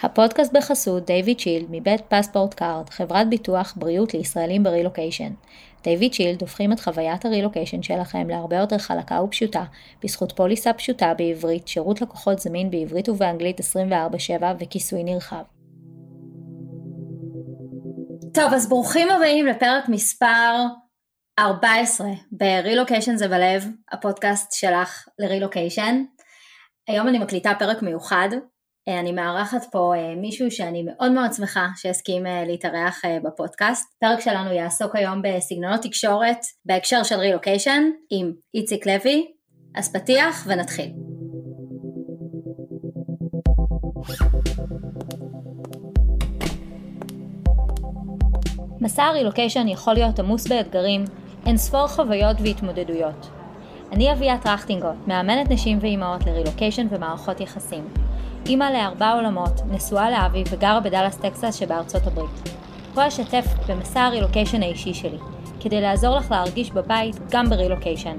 הפודקאסט בחסות דיוויד שילד מבית פספורט קארד, חברת ביטוח בריאות לישראלים ברילוקיישן. דיוויד שילד הופכים את חוויית הרילוקיישן שלכם להרבה יותר חלקה ופשוטה, בזכות פוליסה פשוטה בעברית, שירות לקוחות זמין בעברית ובאנגלית 24/7 וכיסוי נרחב. טוב, אז ברוכים הבאים לפרק מספר 14 ברילוקיישן זה בלב, הפודקאסט שלך לרילוקיישן. היום אני מקליטה פרק מיוחד. אני מארחת פה מישהו שאני מאוד מאוד שמחה שהסכים להתארח בפודקאסט. פרק שלנו יעסוק היום בסגנונות תקשורת בהקשר של רילוקיישן עם איציק לוי. אז פתיח ונתחיל. מסע הרילוקיישן יכול להיות עמוס באתגרים, אין ספור חוויות והתמודדויות. אני אביעד טרכטינגוט, מאמנת נשים ואימהות לרילוקיישן ומערכות יחסים. אימא ל4 עולמות, נשואה לאבי וגרה בדלס טקסס שבארצות הברית. פה אשתף במסע הרילוקיישן האישי שלי, כדי לעזור לך להרגיש בבית גם ברילוקיישן.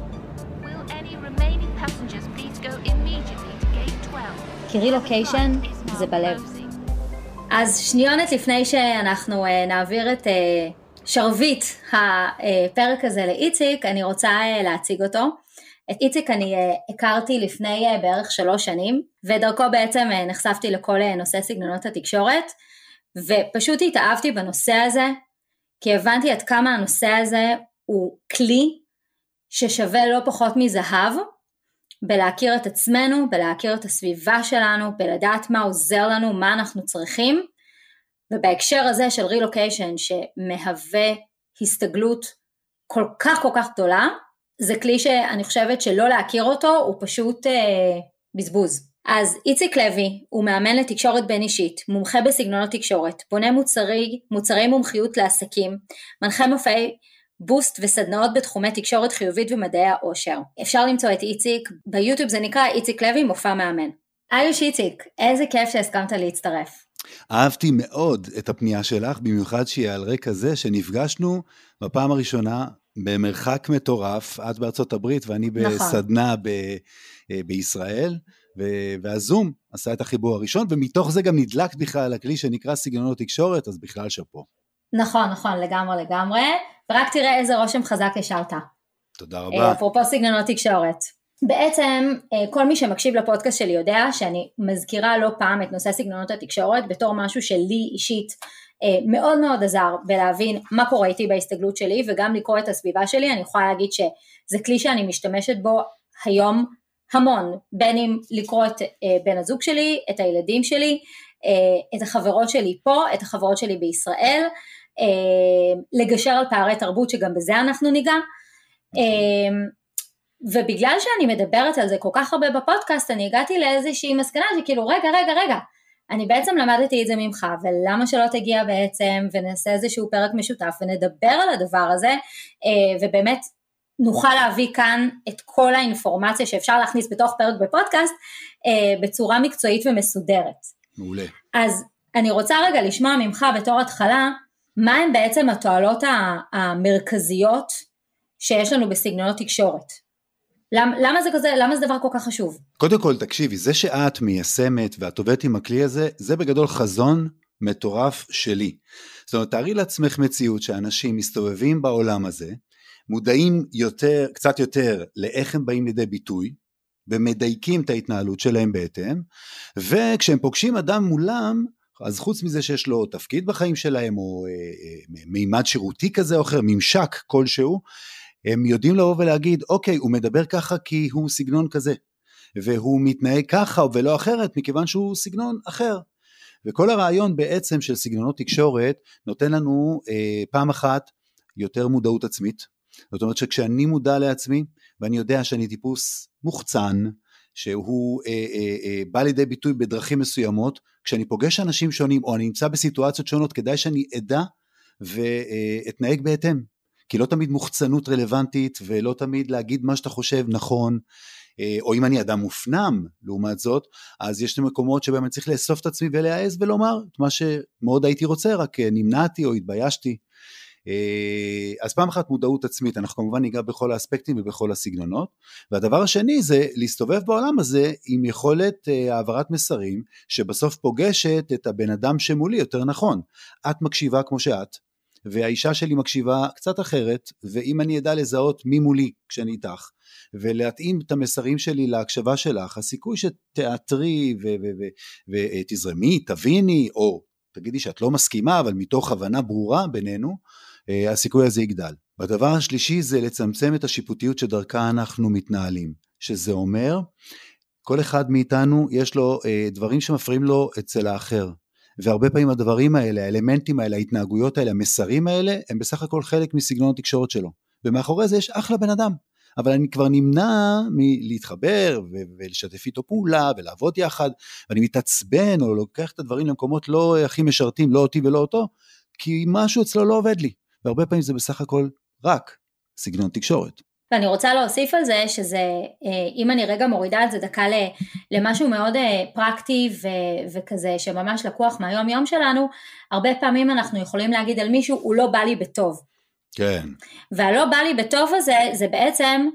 כי רילוקיישן זה בלב. אז שניונת לפני שאנחנו נעביר את שרביט הפרק הזה לאיציק, אני רוצה להציג אותו. את איציק אני הכרתי לפני בערך 3 שנים, ודרכו בעצם נחשפתי לכל נושא סגנונות התקשורת, ופשוט התאהבתי בנושא הזה, כי הבנתי עד כמה הנושא הזה הוא כלי ששווה לא פחות מזהב, בלהכיר את עצמנו, בלהכיר את הסביבה שלנו, בלדעת מה עוזר לנו, מה אנחנו צריכים, ובהקשר הזה של רילוקיישן שמהווה הסתגלות כל כך גדולה, זה כלי שאני חושבת שלא להכיר אותו הוא פשוט בזבוז. אז איציק לוי הוא מאמן לתקשורת בין אישית, מומחה בסגנונות תקשורת, בונה מוצרי מומחיות לעסקים, מנחה מופעי בוסט וסדנאות בתחומי תקשורת חיובית ומדעי העושר. אפשר למצוא את איציק ביוטיוב, זה נקרא איציק לוי מופע מאמן. איוש איציק, איזה כיף שהסכמת להצטרף. אהבתי מאוד את הפנייה שלך, במיוחד שהיא על רקע זה שנפגשנו בפעם הראשונה במרחק מטורף, את בארצות הברית ואני בסדנה בישראל, והזום עשה את החיבור הראשון, ומתוך זה גם נדלקת בכלל הכלי שנקרא סגנונות תקשורת, אז בכלל שפה. נכון, לגמרי, ורק תראה איזה רושם חזק השארת. תודה רבה. אפרופו סגנונות תקשורת. בעצם כל מי שמקשיב לפודקאסט שלי יודע שאני מזכירה לא פעם את נושא סגנונות התקשורת בתור משהו שלי אישית מאוד מאוד עזר בלהבין מה קורה איתי בהסתגלות שלי וגם לקרוא את הסביבה שלי. אני יכולה להגיד שזה כלי שאני משתמשת בו היום המון, בין אם לקרוא את בן הזוג שלי, את הילדים שלי, את החברות שלי פה, את החברות שלי בישראל, לגשר על פערי תרבות שגם בזה אנחנו ניגע. ובגלל שאני מדברת על זה כל כך הרבה בפודקאסט, אני הגעתי לאיזושהי מסקנה שכאילו רגע, אני בעצם למדתי את זה ממך, ולמה שלא תגיע בעצם ונעשה איזשהו פרק משותף ונדבר על הדבר הזה, ובאמת נוכל להביא כאן את כל האינפורמציה שאפשר להכניס בתוך פרק בפודקאסט, בצורה מקצועית ומסודרת. מעולה. אז אני רוצה רגע לשמוע ממך בתור התחלה, מה הן בעצם התועלות המרכזיות שיש לנו בסגנונות תקשורת? למה זה כזה, למה זה דבר כל כך חשוב? קודם כל, תקשיבי, זה שאת מיישמת ואת עובדת עם הכלי הזה, זה בגדול חזון מטורף שלי. זאת אומרת, תארי לעצמך מציאות שאנשים מסתובבים בעולם הזה, מודעים קצת יותר לאיך הם באים לידי ביטוי, ומדייקים את ההתנהלות שלהם בהתאם, וכשהם פוגשים אדם מולם, אז חוץ מזה שיש לו תפקיד בחיים שלהם, או מימד שירותי כזה או אחר, ממשק כלשהו, הם יודעים לבוא ולהגיד, אוקיי, הוא מדבר ככה כי הוא סגנון כזה, והוא מתנהג ככה ולא אחרת, מכיוון שהוא סגנון אחר. וכל הרעיון בעצם של סגנונות תקשורת, נותן לנו פעם אחת יותר מודעות עצמית. זאת אומרת שכשאני מודע לעצמי, ואני יודע שאני טיפוס מוחצן, שהוא בא לידי ביטוי בדרכים מסוימות, כשאני פוגש אנשים שונים, או אני נמצא בסיטואציות שונות, כדאי שאני אדע ואתנהג בהתאם. כי לא תמיד מוחצנות רלוונטית, ולא תמיד להגיד מה שאתה חושב נכון, או אם אני אדם מופנם, לעומת זאת, אז יש לי מקומות שבהם אני צריך לאסוף את עצמי ולהעז ולומר את מה שמאוד הייתי רוצה, רק נמנעתי או התביישתי. אז פעם אחת מודעות עצמית, אנחנו כמובן ניגע בכל האספקטים ובכל הסגנונות, והדבר השני זה להסתובב בעולם הזה עם יכולת העברת מסרים, שבסוף פוגשת את הבן אדם שמולי יותר נכון. את מקשיבה כמו שאת, והאישה שלי מקשיבה קצת אחרת, ואם אני ידע לזהות מי מולי כשאני איתך, ולהתאים את המסרים שלי להקשבה שלך, הסיכוי שתיאטרי ותזרמי, תביני, או תגידי שאת לא מסכימה, אבל מתוך הבנה ברורה בינינו, הסיכוי הזה יגדל. והדבר השלישי זה לצמצם את השיפוטיות שדרכה אנחנו מתנהלים, שזה אומר, כל אחד מאיתנו יש לו דברים שמפריעים לו אצל האחר, והרבה פעמים הדברים האלה, האלמנטים האלה, ההתנהגויות האלה, המסרים האלה, הם בסך הכל חלק מסגנון התקשורת שלו, ומאחורי זה יש אחלה בן אדם, אבל אני כבר נמנע מלהתחבר ולשתף איתו פעולה ולעבוד יחד, ואני מתעצבן או לוקח את הדברים למקומות לא הכי משרתים, לא אותי ולא אותו, כי משהו אצלו לא עובד לי, והרבה פעמים זה בסך הכל רק סגנון תקשורת. ואני רוצה להוסיף על זה, שזה, אם אני רגע מורידה את זה דקה למשהו מאוד פרקטי וכזה, שממש לקוח מהיום יום שלנו, הרבה פעמים אנחנו יכולים להגיד על מישהו, הוא לא בא לי בטוב. כן. והלא בא לי בטוב הזה, זה בעצם,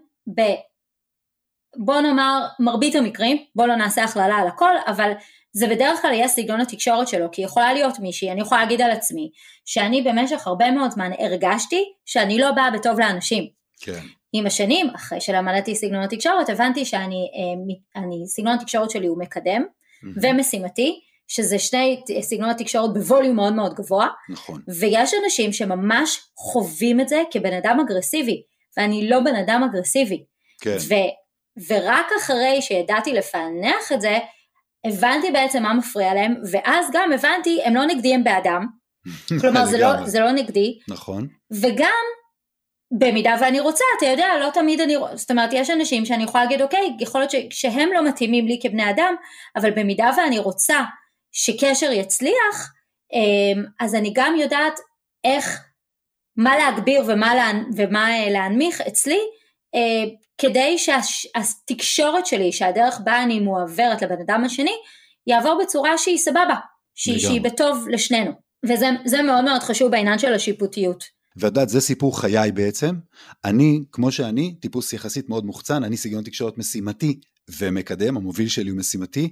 בוא נאמר, מרבית המקרים, בוא לא נעשה הכללה על הכל, אבל זה בדרך כלל יהיה סגנון התקשורת שלו, כי יכולה להיות מישהי, אני יכולה להגיד על עצמי, שאני במשך הרבה מאוד זמן הרגשתי, שאני לא באה בטוב לאנשים. כן. עם השנים, אחרי שלמדתי סגנון התקשורת, הבנתי סגנון התקשורת שלי הוא מקדם, ומשימתי, שזה שני סגנון התקשורת בווליום מאוד מאוד גבוה, נכון. ויש אנשים שממש חווים את זה כבן אדם אגרסיבי, ואני לא בן אדם אגרסיבי. כן. ורק אחרי שידעתי לפענח את זה, הבנתי בעצם מה מפריע להם, ואז גם הבנתי, הם לא נגדי, הם באדם, כלומר זה לא נגדי, נכון. וגם, במידה ואני רוצה, אתה יודע, לא תמיד זאת אומרת, יש אנשים שאני יכולה להגיד, אוקיי, יכול להיות שהם לא מתאימים לי כבני אדם, אבל במידה ואני רוצה שקשר יצליח, אז אני גם יודעת מה להגביר ומה להנמיך אצלי, כדי שהתקשורת שלי, שהדרך בה אני מועברת לבן אדם השני, יעבור בצורה שהיא סבבה, שהיא בטוב לשנינו. וזה מאוד מאוד חשוב בעניין של השיפוטיות. ועדת, זה סיפור חיי בעצם, אני, כמו שאני, טיפוס יחסית מאוד מוחצן, אני סגנון תקשורת משימתי ומקדם, המוביל שלי הוא משימתי,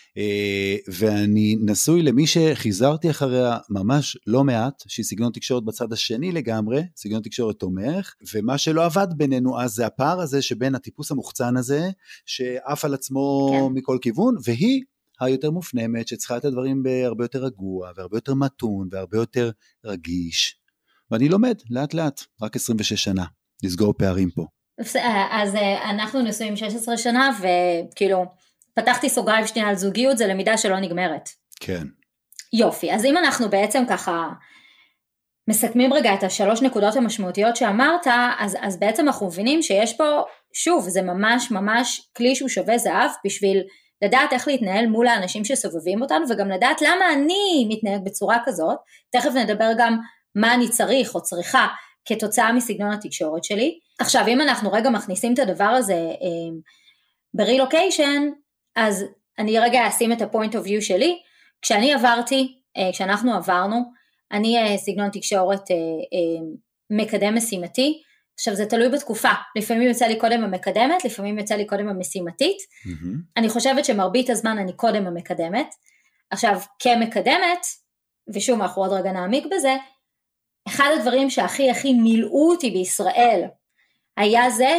ואני נשוי למי שחיזרתי אחריה ממש לא מעט, שהיא סגנון תקשורת בצד השני לגמרי, סגנון תקשורת תומך, ומה שלא עבד בינינו אז זה הפער הזה שבין הטיפוס המוחצן הזה, שעף על עצמו כן. מכל כיוון, והיא היותר מופנמת, שצריכה את הדברים בהרבה יותר רגוע, והרבה יותר מתון, והרבה יותר רגיש, ואני לומד לאט לאט, רק 26 שנה, לסגור פערים פה. אז אנחנו נשואים 16 שנה, וכאילו, פתחתי סוגריים שנייה על זוגיות, זה למידה שלא נגמרת. כן. יופי, אז אם אנחנו בעצם ככה, מסכמים רגע את 3 נקודות המשמעותיות שאמרת, אז בעצם אנחנו מבינים שיש פה, שוב, זה ממש ממש כלי שהוא שווה זהב, בשביל לדעת איך להתנהל מול האנשים שסובבים אותנו, וגם לדעת למה אני מתנהג בצורה כזאת, תכף נדבר גם מה אני צריך או צריכה כתוצאה מסגנון התקשורת שלי. עכשיו, אם אנחנו רגע מכניסים את הדבר הזה ברילוקיישן, אז אני רגע אשים את הפוינט אוף ויו שלי. כשאנחנו עברנו, אני סגנון תקשורת מקדם משימתי. עכשיו, זה תלוי בתקופה. לפעמים יוצא לי קודם המקדמת, לפעמים יוצא לי קודם המשימתית. אני חושבת שמרבית הזמן אני קודם המקדמת. עכשיו, כמקדמת, ושוב, אנחנו עוד רגע נעמיק בזה, אחד הדברים שהכי מילאו אותי בישראל, היה זה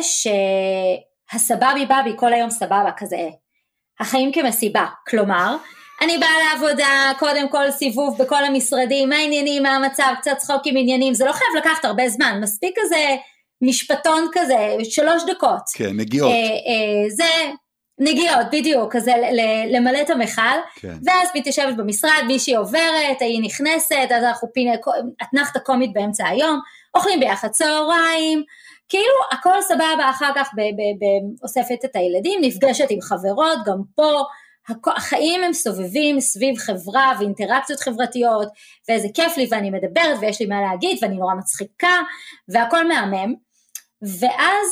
שהסבבי בבי כל היום סבבה כזה, החיים כמסיבה, כלומר, אני באה לעבודה, קודם כל סיבוב בכל המשרדים, מה העניינים, מה המצב, קצת צחוקים עניינים, זה לא חייב לקחת הרבה זמן, מספיק כזה משפטון כזה, 3 דקות. כן, נגיעות. זה נגיעות, בדיוק, כזה למלא את המחל, כן. ואז מתיישבת במשרד, מישהי עוברת, היא נכנסת, אז אנחנו אתנחתה קומית באמצע היום, אוכלים ביחד צהריים, כאילו הכל סבבה, אחר כך אוספת את הילדים, נפגשת עם חברות, גם פה, החיים הם סובבים סביב חברה ואינטראקציות חברתיות, ואיזה כיף לי ואני מדברת ויש לי מה להגיד ואני נורא מצחיקה, והכל מהמם, ואז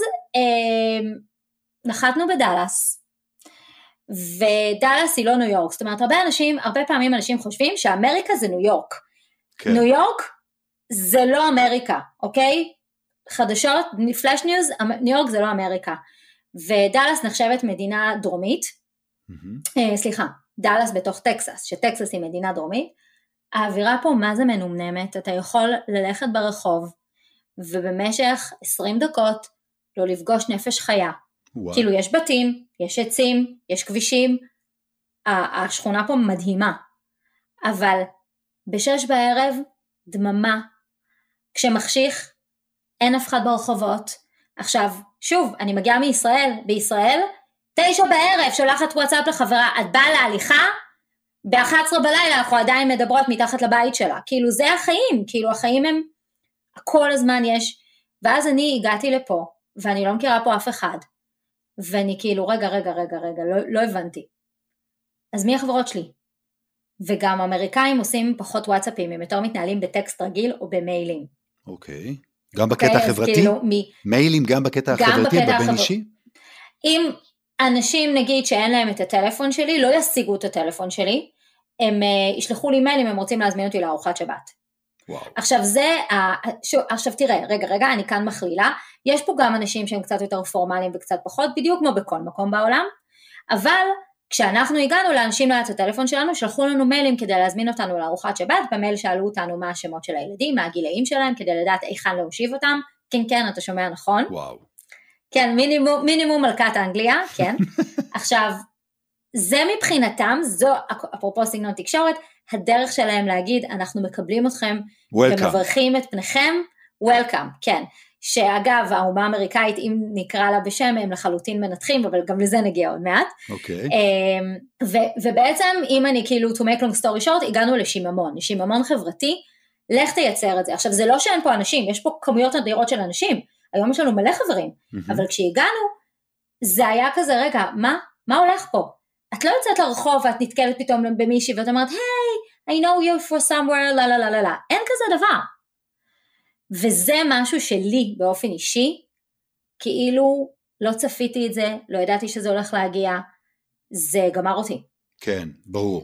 נחתנו בדלס, ודלס היא לא ניו יורק, זאת אומרת הרבה פעמים אנשים חושבים שאמריקה זה ניו יורק, כן. ניו יורק זה לא אמריקה, אוקיי? חדשות, פלאש ניוז, ניו יורק זה לא אמריקה, ודלס נחשבת מדינה דרומית, סליחה, דלס בתוך טקסס, שטקסס היא מדינה דרומית, האווירה פה מה זה מנומנמת, אתה יכול ללכת ברחוב, ובמשך 20 דקות לא לפגוש נפש חיה, כאילו יש בתים, יש עצים, יש כבישים, השכונה פה מדהימה, אבל ב6 בערב דממה, כשמחשיך אין אף אחד ברחובות. עכשיו שוב אני מגיעה מישראל, בישראל 9 בערב שולחת וואטסאפ לחברה, את באה להליכה? ב-11 בלילה אנחנו עדיין מדברות מתחת לבית שלה, כאילו זה החיים, כאילו החיים הם כל הזמן יש, ואז אני הגעתי לפה ואני לא מכירה פה אף אחד, ואני כאילו רגע, לא הבנתי, אז מי החברות שלי? וגם אמריקאים עושים פחות וואטסאפים, הם יותר מתנהלים בטקסט רגיל או במיילים. אוקיי, גם בקטע החברתי? כאילו, מיילים גם בקטע החברתי, בבין אישי? אם אנשים נגיד שאין להם את הטלפון שלי, לא ישיגו את הטלפון שלי, הם ישלחו לי מיילים, הם רוצים להזמין אותי לארוחת שבת. וואו. עכשיו תראה, רגע, אני כאן מכלילה, יש פה גם אנשים שהם קצת יותר פורמליים וקצת פחות, בדיוק כמו בכל מקום בעולם, אבל כשאנחנו הגענו לאנשים לא היה את הטלפון שלנו, שלחו לנו מיילים כדי להזמין אותנו לארוחת שבת, במייל שאלו אותנו מה השמות של הילדים, מה הגילאים שלהם, כדי לדעת איכן להושיב אותם, כן, אתה שומע נכון? וואו. כן, מינימום מלכת האנגליה, כן. עכשיו, זה מבחינתם, זו, אפרופו סגנון תקשורת, הדרך שלהם להגיד, אנחנו מקבלים אתכם, ומברכים את פניכם, welcome, כן. שאגב, האומה האמריקאית, אם נקרא לה בשם, הם לחלוטין מנתחים, אבל גם לזה נגיע עוד מעט. אוקיי. ובעצם, אם אני כאילו, to make long story short, הגענו לשיממון חברתי, לך תייצר את זה. עכשיו, זה לא שאין פה אנשים, יש פה כמויות אדירות של אנשים, היום יש לנו מלא חברים, אבל כשהגענו, זה היה כזה, רגע, מה הולך פה? את לא יוצאת לרחוב, ואת נתקלת פתאום במישהי, ואת אומרת, hey, I know you for somewhere, לא, אין כזה דבר. וזה משהו שלי באופן אישי, כאילו לא צפיתי את זה, לא ידעתי שזה הולך להגיע, זה גמר אותי. כן, ברור.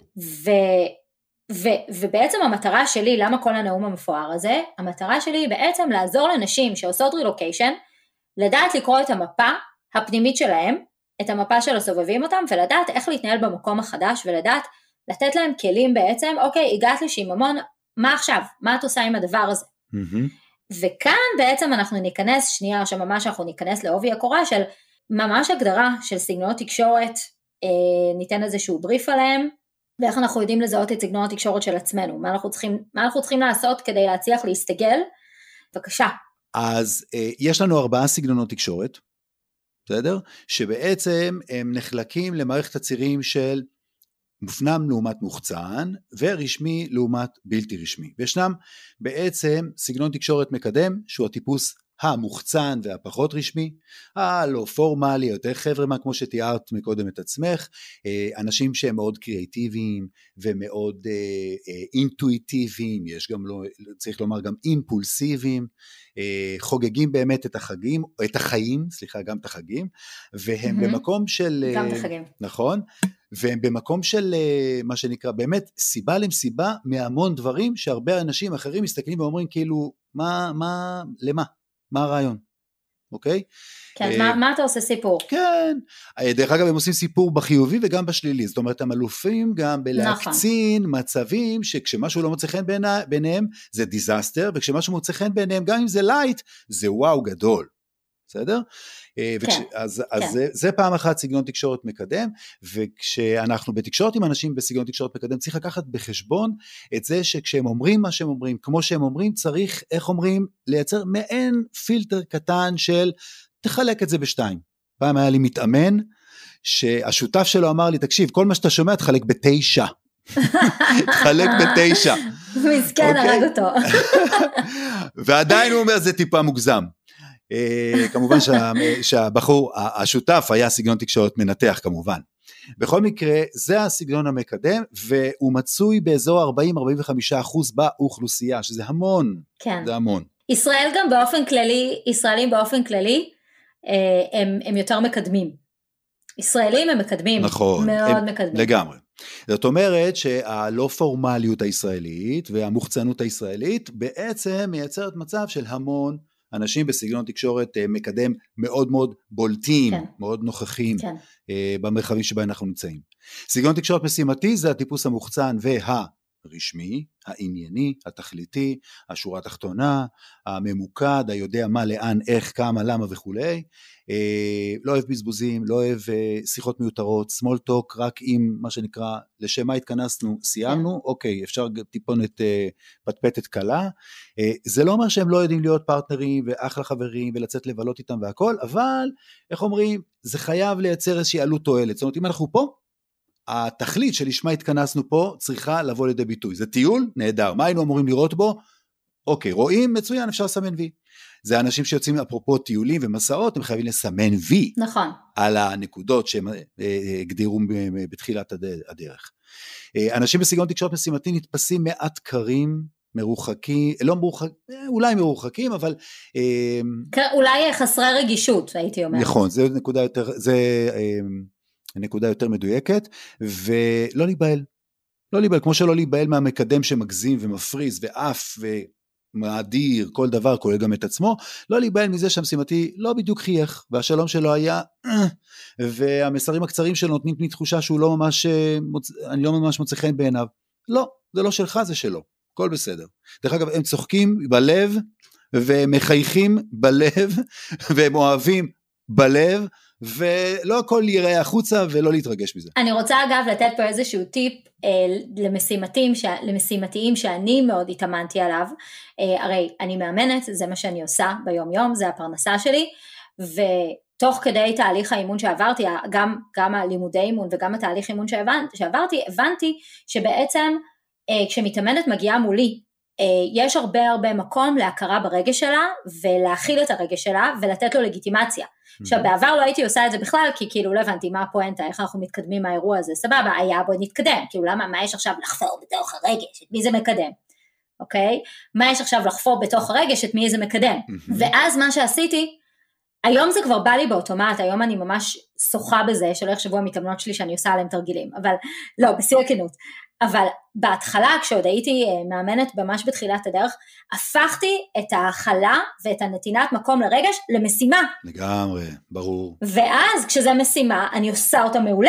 ובעצם המטרה שלי, למה כל הנאום המפואר הזה, המטרה שלי היא בעצם לעזור לנשים שעושות רילוקיישן, לדעת לקרוא את המפה הפנימית שלהם, את המפה של הסובבים אותם, ולדעת איך להתנהל במקום החדש, ולדעת לתת להם כלים בעצם, אוקיי, הגעת לשיממון, מה עכשיו? מה את עושה עם הדבר הזה? וכאן בעצם אנחנו ניכנס, שנייה שממש אנחנו ניכנס לעובי הקורה של ממש הגדרה של סגנונות תקשורת, ניתן איזשהו בריף עליהם, ואיך אנחנו יודעים לזהות את סגנון התקשורת של עצמנו, מה אנחנו צריכים לעשות כדי להצליח להסתגל, בבקשה. אז יש לנו 4 סגנונות תקשורת, בסדר? שבעצם הם נחלקים למערכת הצירים של מופנם לעומת מוחצן, ורשמי לעומת בלתי רשמי. וישנם בעצם סגנון תקשורת מקדם, שהוא הטיפוס המוחצן והפחות רשמי, הלא פורמלי, יותר חבר'ה, כמו שתיארת מקודם את עצמך, אנשים שהם מאוד קריאטיביים, ומאוד אינטואיטיביים, יש גם, לא, צריך לומר גם אימפולסיביים, חוגגים באמת את החגים, גם את החגים, והם במקום של... גם את החגים. נכון? והם במקום של מה שנקרא, באמת סיבה למסיבה מהמון דברים, שהרבה אנשים אחרים מסתכלים ואומרים כאילו, למה? מה הרעיון? אוקיי? כן, מה אתה עושה סיפור? כן, דרך אגב הם עושים סיפור בחיובי וגם בשלילי, זאת אומרת הם אלופים גם בלהקצין מצבים שכשמשהו לא מוצא חן ביניהם זה דיזסטר, וכשמשהו מוצא חן ביניהם גם אם זה לייט זה וואו גדול, בסדר? אז זה פעם אחת סגנון תקשורת מקדם, וכשאנחנו בתקשורת עם אנשים בסגנון תקשורת מקדם צריך לקחת בחשבון את זה שכשהם אומרים מה שהם אומרים, כמו שהם אומרים צריך, איך אומרים, לייצר מעין פילטר קטן של תחלק את זה ב2. פעם היה לי מתאמן שהשותף שלו אמר לי תקשיב כל מה שאתה שומע תחלק ב9. תחלק ב9. מסכן הרג אותו. ועדיין הוא אומר זה טיפה מוגזם. כמובן שהבחור, השותף היה סגנון תקשורת מנתח כמובן. בכל מקרה, זה הסגנון המקדם, והוא מצוי באזור 40-45% באוכלוסייה, שזה המון. כן. זה המון. ישראל גם באופן כללי, ישראלים באופן כללי, הם יותר מקדמים. ישראלים הם מקדמים. נכון. מאוד מקדמים. לגמרי. זאת אומרת שהלא פורמליות הישראלית והמוחצנות הישראלית בעצם מייצרת מצב של המון אנשים בסגנון תקשורת מקדם מאוד מאוד בולטים, כן. מאוד נוכחים כן. במרחבים שבה אנחנו נמצאים. סגנון תקשורת משימתי זה הטיפוס המוחצן והרשמי, הענייני, התכליתי, השורה התחתונה, הממוקד, היודע מה, לאן, איך, כמה, למה וכולי. לא אוהב בזבוזים, לא אוהב שיחות מיותרות, small talk, רק עם מה שנקרא, לשם מה התכנסנו, סיימנו, אוקיי, אפשר טיפונת פטפטת קלה, זה לא אומר שהם לא יודעים להיות פרטנרים ואחלה חברים ולצאת לבלות איתם והכל, אבל איך אומרים, זה חייב לייצר איזושהי עלות תועלת, זאת אומרת אם אנחנו פה, התכלית שלשמה התכנסנו פה צריכה לבוא לידי ביטוי, זה טיול נהדר, מה היינו אמורים לראות בו? אוקיי, רואים מצוין, אפשר לסמן וי. זה האנשים שיוצאים אפרופו טיולים ומסעות, הם חייבים לסמן וי. נכון. על הנקודות שהם הגדירו בתחילת הדרך. אנשים בסגנון תקשורת משימתי נתפסים מעט קרים, מרוחקים, לא מרוחקים, אולי מרוחקים, אבל... אולי חסרי רגישות, הייתי אומרת. נכון, זו נקודה יותר מדויקת, ולא להיבהל. לא להיבהל, כמו שלא להיבהל מהמקדם שמגזים ומפריז ואף ומאדיר כל דבר, כולל גם את עצמו, לא להיבהל מזה שהמשימתי לא בדיוק חייך, והשלום שלו היה, והמסרים הקצרים שלו נותנים לי תחושה שהוא לא ממש, אני לא ממש מוצא חן בעיניו. לא, זה לא שלך, זה שלו. הכל בסדר. דרך אגב, הם צוחקים בלב, ומחייכים בלב, והם אוהבים בלב, ולא הכל ייראה החוצה ולא להתרגש מזה. אני רוצה אגב לתת פה איזשהו טיפ למשימתיים שאני מאוד התאמנתי עליו, הרי אני מאמנת, זה מה שאני עושה ביום יום, זה הפרנסה שלי, ותוך כדי תהליך האימון שעברתי, גם הלימודי אימון וגם התהליך אימון שעברתי, הבנתי שבעצם כשמתאמנת מגיעה מולי, יש הרבה מקום להכרה ברגש שלה, ולהכיל את הרגש שלה, ולתת לו לגיטימציה. עכשיו, בעבר לא הייתי עושה את זה בכלל, כי כאילו לא הבנתי מה הפואנטה, איך אנחנו מתקדמים מהאירוע הזה, סבבה, היה בוא נתקדם, כאילו מה יש עכשיו לחפור בתוך הרגש, את מי זה מקדם, אוקיי? מה יש עכשיו לחפור בתוך הרגש, את מי זה מקדם? ואז מה שעשיתי, היום זה כבר בא לי באוטומט, היום אני ממש שוחה בזה, שלא יחשבו המתאמנות שלי שאני עושה עליהם תרגילים, אבל לא, בשיא הכנות. אבל בהתחלה, כשעוד הייתי מאמנת ממש בתחילת הדרך, הפכתי את ההכלה ואת הנתינת מקום לרגש למשימה. לגמרי, ברור. ואז כשזה משימה, אני עושה אותה מעולה.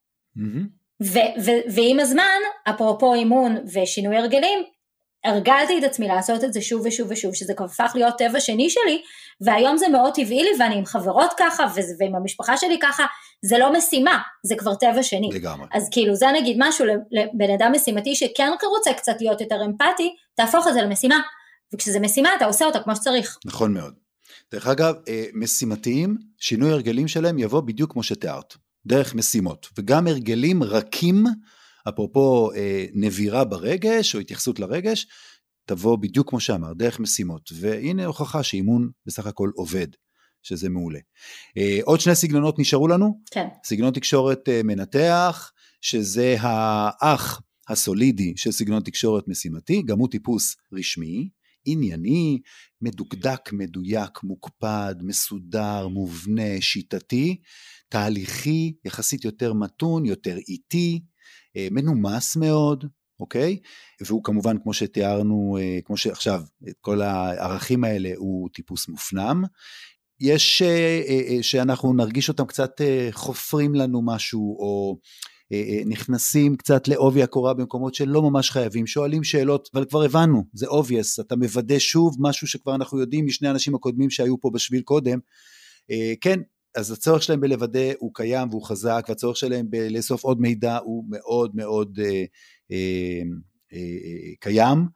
ועם הזמן, אפרופו אימון ושינוי הרגלים, הרגלתי את עצמי לעשות את זה שוב ושוב ושוב, שזה כבר הפך להיות טבע שני שלי, והיום זה מאוד טבעי לי, ואני עם חברות ככה, ועם המשפחה שלי ככה, זה לא משימה, זה כבר טבע שני. לגמרי. אז כאילו זה נגיד משהו לבן אדם משימתי, שכן רוצה קצת להיות יותר אמפתי, תהפוך את זה למשימה, וכשזה משימה אתה עושה אותה כמו שצריך. נכון מאוד. דרך אגב, משימתיים, שינוי הרגלים שלהם יבוא בדיוק כמו שתיארת, דרך משימות, וגם הרגלים רכים, אפרופו נבירה ברגש, או התייחסות לרגש, תבוא בדיוק כמו שאמר, דרך משימות, והנה הוכחה שאימון בסך הכל עובד, שזה מעולה. עוד שני סגנונות נשארו לנו, כן. סגנון תקשורת מנתח, שזה האח הסולידי של סגנון תקשורת משימתי, גם הוא טיפוס רשמי, ענייני, מדוקדק, מדויק, מוקפד, מסודר, מובנה, שיטתי, תהליכי, יחסית יותר מתון, יותר איטי, מנומס מאוד, אוקיי? והוא כמובן, כמו שתיארנו, כמו שעכשיו, את כל הערכים האלה, הוא טיפוס מופנם. יש שאנחנו נרגיש אותם קצת חופרים לנו משהו, או נכנסים קצת לעובי הקורה במקומות שלא ממש חייבים, שואלים שאלות, אבל כבר הבנו, זה obvious, אתה מוודא שוב משהו שכבר אנחנו יודעים משני האנשים הקודמים שהיו פה בשביל קודם, כן, אז הצורך שלהם בלוודא הוא קיים והוא חזק, והצורך שלהם בלאסוף עוד מידע הוא מאוד מאוד קיים,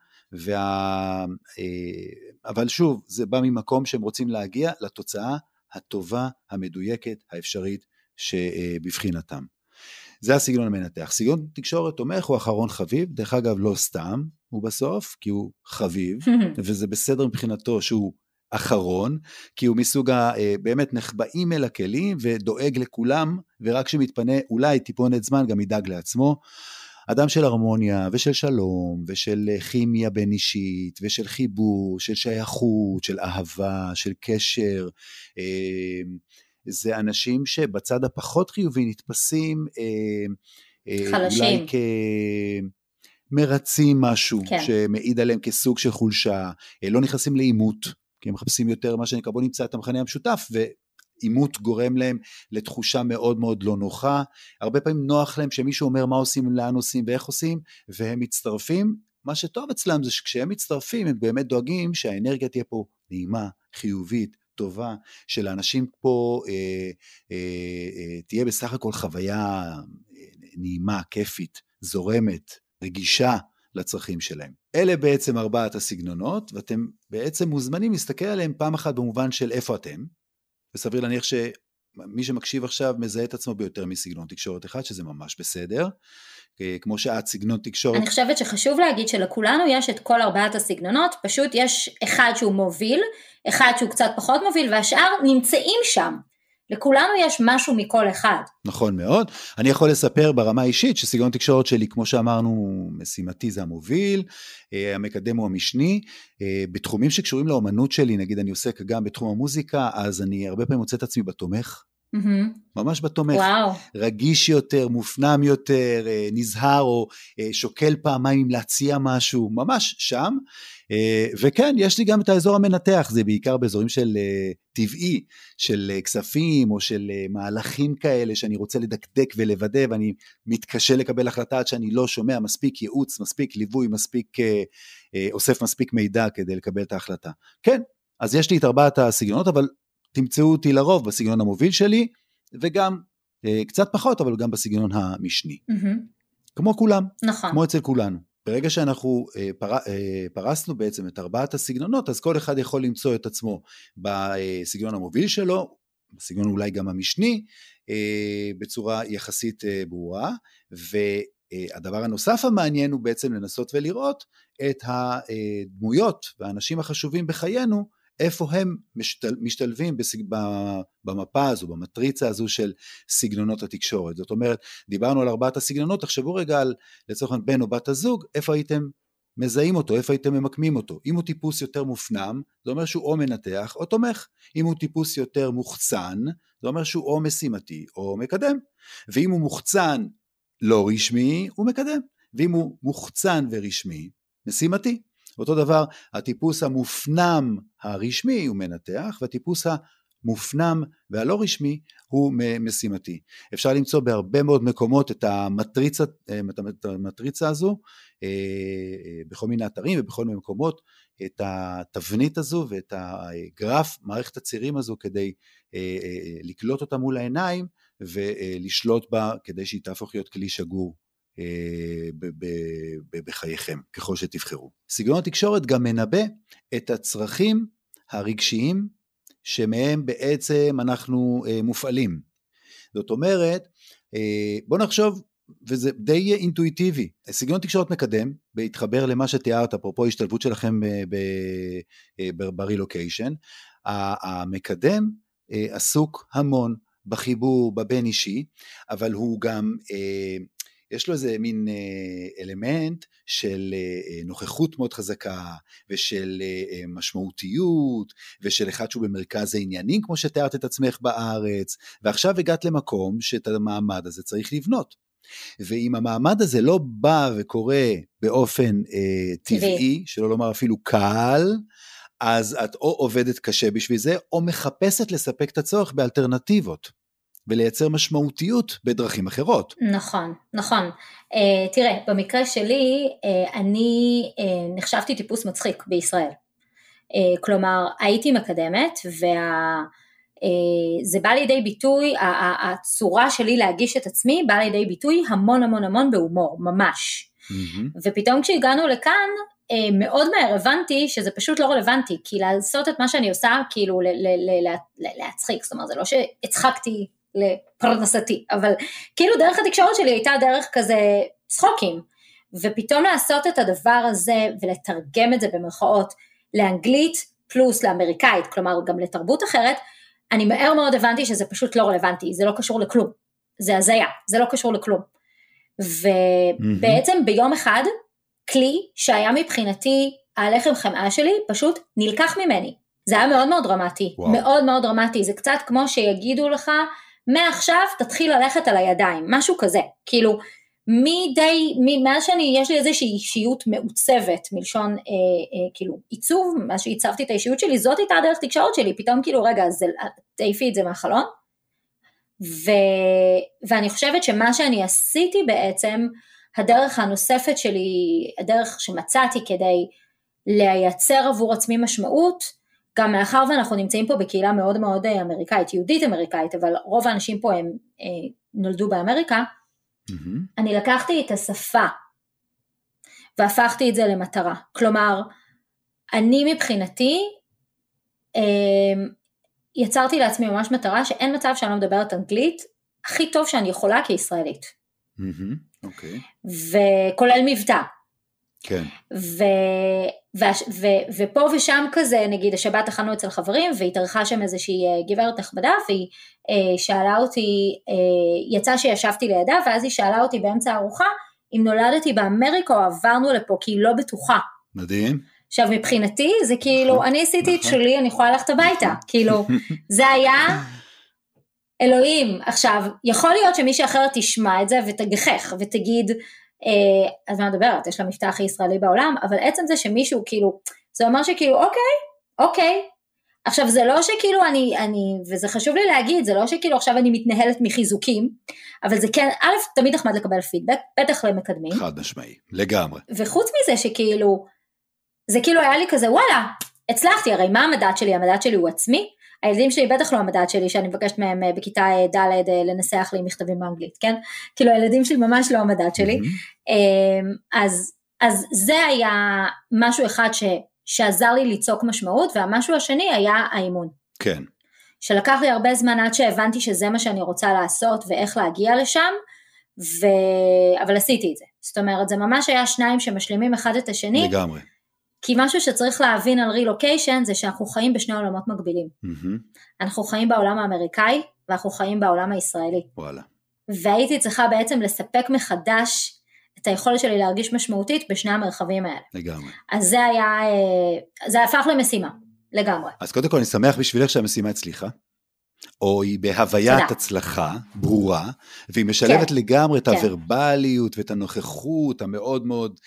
אבל שוב, זה בא ממקום שהם רוצים להגיע לתוצאה הטובה, המדויקת, האפשרית שבבחינתם. זה הסגנון המנתח. סגנון תקשורת תומך הוא אחרון חביב, דרך אגב לא סתם, הוא בסוף, כי הוא חביב, וזה בסדר מבחינתו שהוא אחרון, כי הוא מסוג באמת נחבאים אל הכלים, ודואג לכולם, ורק שמתפנה אולי טיפונת זמן, גם ידאג לעצמו. אדם של הרמוניה, ושל שלום, ושל כימיה בין אישית, ושל חיבור, של שייכות, של אהבה, של קשר, זה אנשים שבצד הפחות חיובי נתפסים חלשים. אולי כמרצים משהו, כן. שמעיד עליהם כסוג של חולשה, לא נכנסים לאימות, כי הם מחפשים יותר מה שנקרא, בוא נמצא את המכנה המשותף, ואימות גורם להם לתחושה מאוד מאוד לא נוחה, הרבה פעמים נוח להם שמישהו אומר מה עושים, לאן עושים ואיך עושים, והם מצטרפים, מה שטוב אצלם זה שכשהם מצטרפים, הם באמת דואגים שהאנרגיה תהיה פה נעימה, חיובית, טובה, שלאנשים פה תהיה בסך הכל חוויה נעימה, כיפית, זורמת, רגישה לצרכים שלהם. אלה בעצם 4 הסגנונות, ואתם בעצם מוזמנים להסתכל עליהם פעם אחת במובן של איפה אתם, וסביר להניח שמי שמקשיב עכשיו מזהה את עצמו ביותר מסגנון תקשורת אחד, שזה ממש בסדר, כמו שאת סגנון תקשורת. אני חושבת שחשוב להגיד שלכולנו יש את כל 4 הסגנונות, פשוט יש אחד שהוא מוביל, אחד שהוא קצת פחות מוביל, והשאר נמצאים שם. לכולנו יש משהו מכל אחד. נכון מאוד. אני יכול לספר ברמה האישית שסגנון תקשורת שלי, כמו שאמרנו, משימתי זה המוביל, המקדם הוא המשני. בתחומים שקשורים לאומנות שלי, נגיד אני עוסק גם בתחום המוזיקה, אז אני הרבה פעמים מוצא את עצמי בתומך. ממש בתומך. וואו. רגיש יותר, מופנם יותר, נזהר או שוקל פעמיים אם להציע משהו, ממש שם. וכן, יש לי גם את האזור המנתח, זה בעיקר באזורים של טבעי, של כספים או של מהלכים כאלה שאני רוצה לדקדק ולוודא, ואני מתקשה לקבל החלטה עד שאני לא שומע מספיק ייעוץ, מספיק ליווי, מספיק אוסף מספיק מידע כדי לקבל את ההחלטה. כן, אז יש לי את 4 הסגנונות, אבל תמצאו אותי לרוב בסגנון המוביל שלי, וגם קצת פחות, אבל גם בסגנון המשני. כמו כולם, נכון. כמו אצל כולנו. ברגע שאנחנו פרסנו בעצם את 4 הסגנונות, אז כל אחד יכול למצוא את עצמו בסגנון המוביל שלו, בסגנון אולי גם המשני, בצורה יחסית ברורה, והדבר הנוסף המעניין הוא בעצם לנסות ולראות את הדמויות והאנשים החשובים בחיינו, איפה הם משתלבים במפה הזו, במטריצה הזו של סגנונות התקשורת. זאת אומרת, דיברנו על 4 הסגנונות, תחשבו רגע על לצורך בן או בת הזוג, איפה הייתם מזהים אותו, איפה הייתם ממקמים אותו. אם הוא טיפוס יותר מופנם, זה אומר שהוא או מנתח או תומך. אם הוא טיפוס יותר מוחצן, זה אומר שהוא או משימתי או מקדם. ואם הוא מוחצן לא רשמי, הוא מקדם. ואם הוא מוחצן ורשמי, משימתי. אותו דבר, הטיפוס המופנם הרשמי הוא מנתח, והטיפוס המופנם והלא רשמי הוא משימתי. אפשר למצוא בהרבה מאוד מקומות את המטריצה הזו, בכל מיני אתרים ובכל מיני מקומות, את התבנית הזו ואת הגרף, מערכת הצירים הזו, כדי לקלוט אותה מול העיניים, ולשלוט בה כדי שהיא תהפוך להיות כלי שגור. בחייכם, ככל שתבחרו. סגנון התקשורת גם מנבא את הצרכים הרגשיים שמהם בעצם אנחנו מופעלים. זאת אומרת, בוא נחשוב, וזה די אינטואיטיבי, סגנון תקשורת מקדם, בהתחבר למה שתיארת, אפרופו השתלבות שלכם ברילוקיישן, המקדם עסוק המון בחיבור, בבין אישי, אבל הוא גם יש לו איזה מין אלמנט של נוכחות מאוד חזקה, ושל משמעותיות, ושל אחד שהוא במרכז העניינים, כמו שתיארת את עצמך בארץ, ועכשיו הגעת למקום שאת המעמד הזה צריך לבנות. ואם המעמד הזה לא בא וקורה באופן טבעי, שלא לומר אפילו קל, אז את או עובדת קשה בשביל זה, או מחפשת לספק את הצורך באלטרנטיבות. ולייצר משמעותיות בדרכים אחרות. נכון, נכון. תראה, במקרה שלי, אני נחשבתי טיפוס מצחיק בישראל. כלומר, הייתי מקדמת, וזה בא לידי ביטוי, הצורה שלי להגיש את עצמי, בא לידי ביטוי המון המון המון בהומור, ממש. ופתאום כשהגענו לכאן, מאוד מהר הבנתי שזה פשוט לא רלוונטי, כי לעשות את מה שאני עושה, כאילו להצחיק, זאת אומרת, זה לא שהצחקתי, לפרנסתי, אבל כאילו דרך התקשורת שלי הייתה דרך כזה צחוקים, ופתאום לעשות את הדבר הזה ולתרגם את זה במרכאות לאנגלית פלוס לאמריקאית, כלומר גם לתרבות אחרת, אני מהר מאוד הבנתי שזה פשוט לא רלוונטי, זה לא קשור לכלום, זה הזיה, זה לא קשור לכלום. ובעצם ביום אחד, כלי שהיה מבחינתי הלחם חמאה שלי, פשוט נלקח ממני. זה היה מאוד מאוד דרמטי, מאוד מאוד דרמטי, זה קצת כמו שיגידו לך, מעכשיו תתחיל ללכת על הידיים, משהו כזה, כאילו, מאז יש לי איזושהי אישיות מעוצבת, מלשון כאילו עיצוב, מה שעיצבתי את האישיות שלי, זאת הייתה דרך תקשורת שלי, פתאום כאילו רגע, תעיפי את זה מהחלון, ואני חושבת שמה שאני עשיתי בעצם, הדרך הנוספת שלי, הדרך שמצאתי כדי לייצר עבור עצמי משמעות, גם מאחר ואנחנו נמצאים פה בקהילה מאוד מאוד אמריקאית, יהודית אמריקאית, אבל רוב האנשים פה הם נולדו באמריקה, אני לקחתי את השפה, והפכתי את זה למטרה. כלומר, אני מבחינתי, יצרתי לעצמי ממש מטרה, שאין מצב שאני לא מדברת אנגלית, הכי טוב שאני יכולה כישראלית. אוקיי. וכולל מבטא. כן. ופה ושם כזה, נגיד השבת אכלנו אצל חברים, והתארחה שם איזושהי גברת נכבדה, והיא שאלה אותי, יצא שישבתי לידה, ואז היא שאלה אותי באמצע הארוחה, אם נולדתי באמריקה או עברנו לפה, כי היא לא בטוחה. מדהים. עכשיו מבחינתי זה כאילו, אני עשיתי את שלי, אני יכולה ללכת הביתה, כאילו, זה היה אלוהים. עכשיו, יכול להיות שמישהי אחרת תשמע את זה ותגחך ותגיד, אז מה מדברת, יש לה מבטא הכי ישראלי בעולם, אבל עצם זה שמישהו כאילו, זה אומר שכאילו אוקיי, עכשיו זה לא שכאילו וזה חשוב לי להגיד, זה לא שכאילו עכשיו אני מתנהלת מחיזוקים, אבל זה כן, א', תמיד נחמד לקבל פידבק, בטח למקדמים. חד משמעי, לגמרי. וחוץ מזה שכאילו, זה כאילו היה לי כזה, וואלה, הצלחתי, הרי מה המדד שלי? המדד שלי הוא עצמי, הילדים שלי בטח לא המדד שלי, שאני מבקשת מהם בכיתה ד' לנסח לי מכתבים באנגלית, כן? כאילו הילדים שלי ממש לא המדד שלי, אז זה היה משהו אחד שעזר לי ליצוק משמעות, והמשהו השני היה האימון. כן. שלקח לי הרבה זמן עד שהבנתי שזה מה שאני רוצה לעשות, ואיך להגיע לשם, אבל עשיתי את זה. זאת אומרת, זה ממש היה שניים שמשלימים אחד את השני, לגמרי. כי משהו שצריך להבין על רילוקיישן, זה שאנחנו חיים בשני עולמות מקבילים. אנחנו חיים בעולם האמריקאי, ואנחנו חיים בעולם הישראלי. וואלה. והייתי צריכה בעצם לספק מחדש, את היכולת שלי להרגיש משמעותית, בשני המרחבים האלה. לגמרי. אז זה הפך למשימה, לגמרי. אז קודם כל אני שמח בשבילך שהמשימה הצליחה, או היא בהוויית הצלחה ברורה, והיא משלבת לגמרי את הוורבליות ואת הנוכחות המאוד מאוד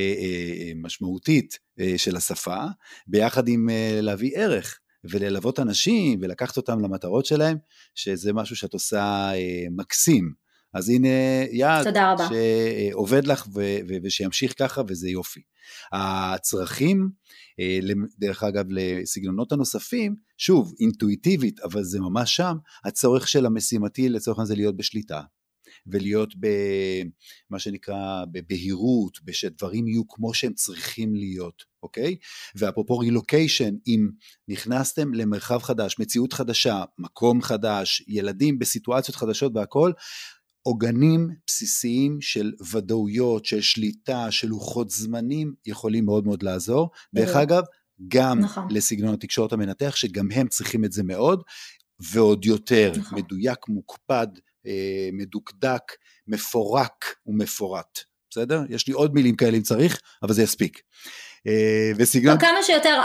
משמעותית של השפה, ביחד עם להביא ערך וללוות אנשים ולקחת אותם למטרות שלהם, שזה משהו שאת עושה מקסים. אז הנה יעד שעובד לך ושימשיך ככה, וזה יופי. הצרכים, דרך אגב לסגנונות הנוספים, שוב, אינטואיטיבית, אבל זה ממש שם, הצורך של המשימתי לצורך הזה להיות בשליטה, ולהיות במה שנקרא בבהירות, שדברים יהיו כמו שהם צריכים להיות, אוקיי? ואפרופו רילוקיישן, אם נכנסתם למרחב חדש, מציאות חדשה, מקום חדש, ילדים בסיטואציות חדשות והכל, עוגנים בסיסיים של ודאויות, של שליטה, של לוחות זמנים, יכולים מאוד מאוד לעזור. דרך אגב, גם לסגנון התקשורת המנתח, שגם הם צריכים את זה מאוד, ועוד יותר מדויק, מוקפד, מדוקדק, מפורק ומפורט. בסדר? יש לי עוד מילים כאלה אם צריך, אבל זה יספיק. וסגנון... כמה שיותר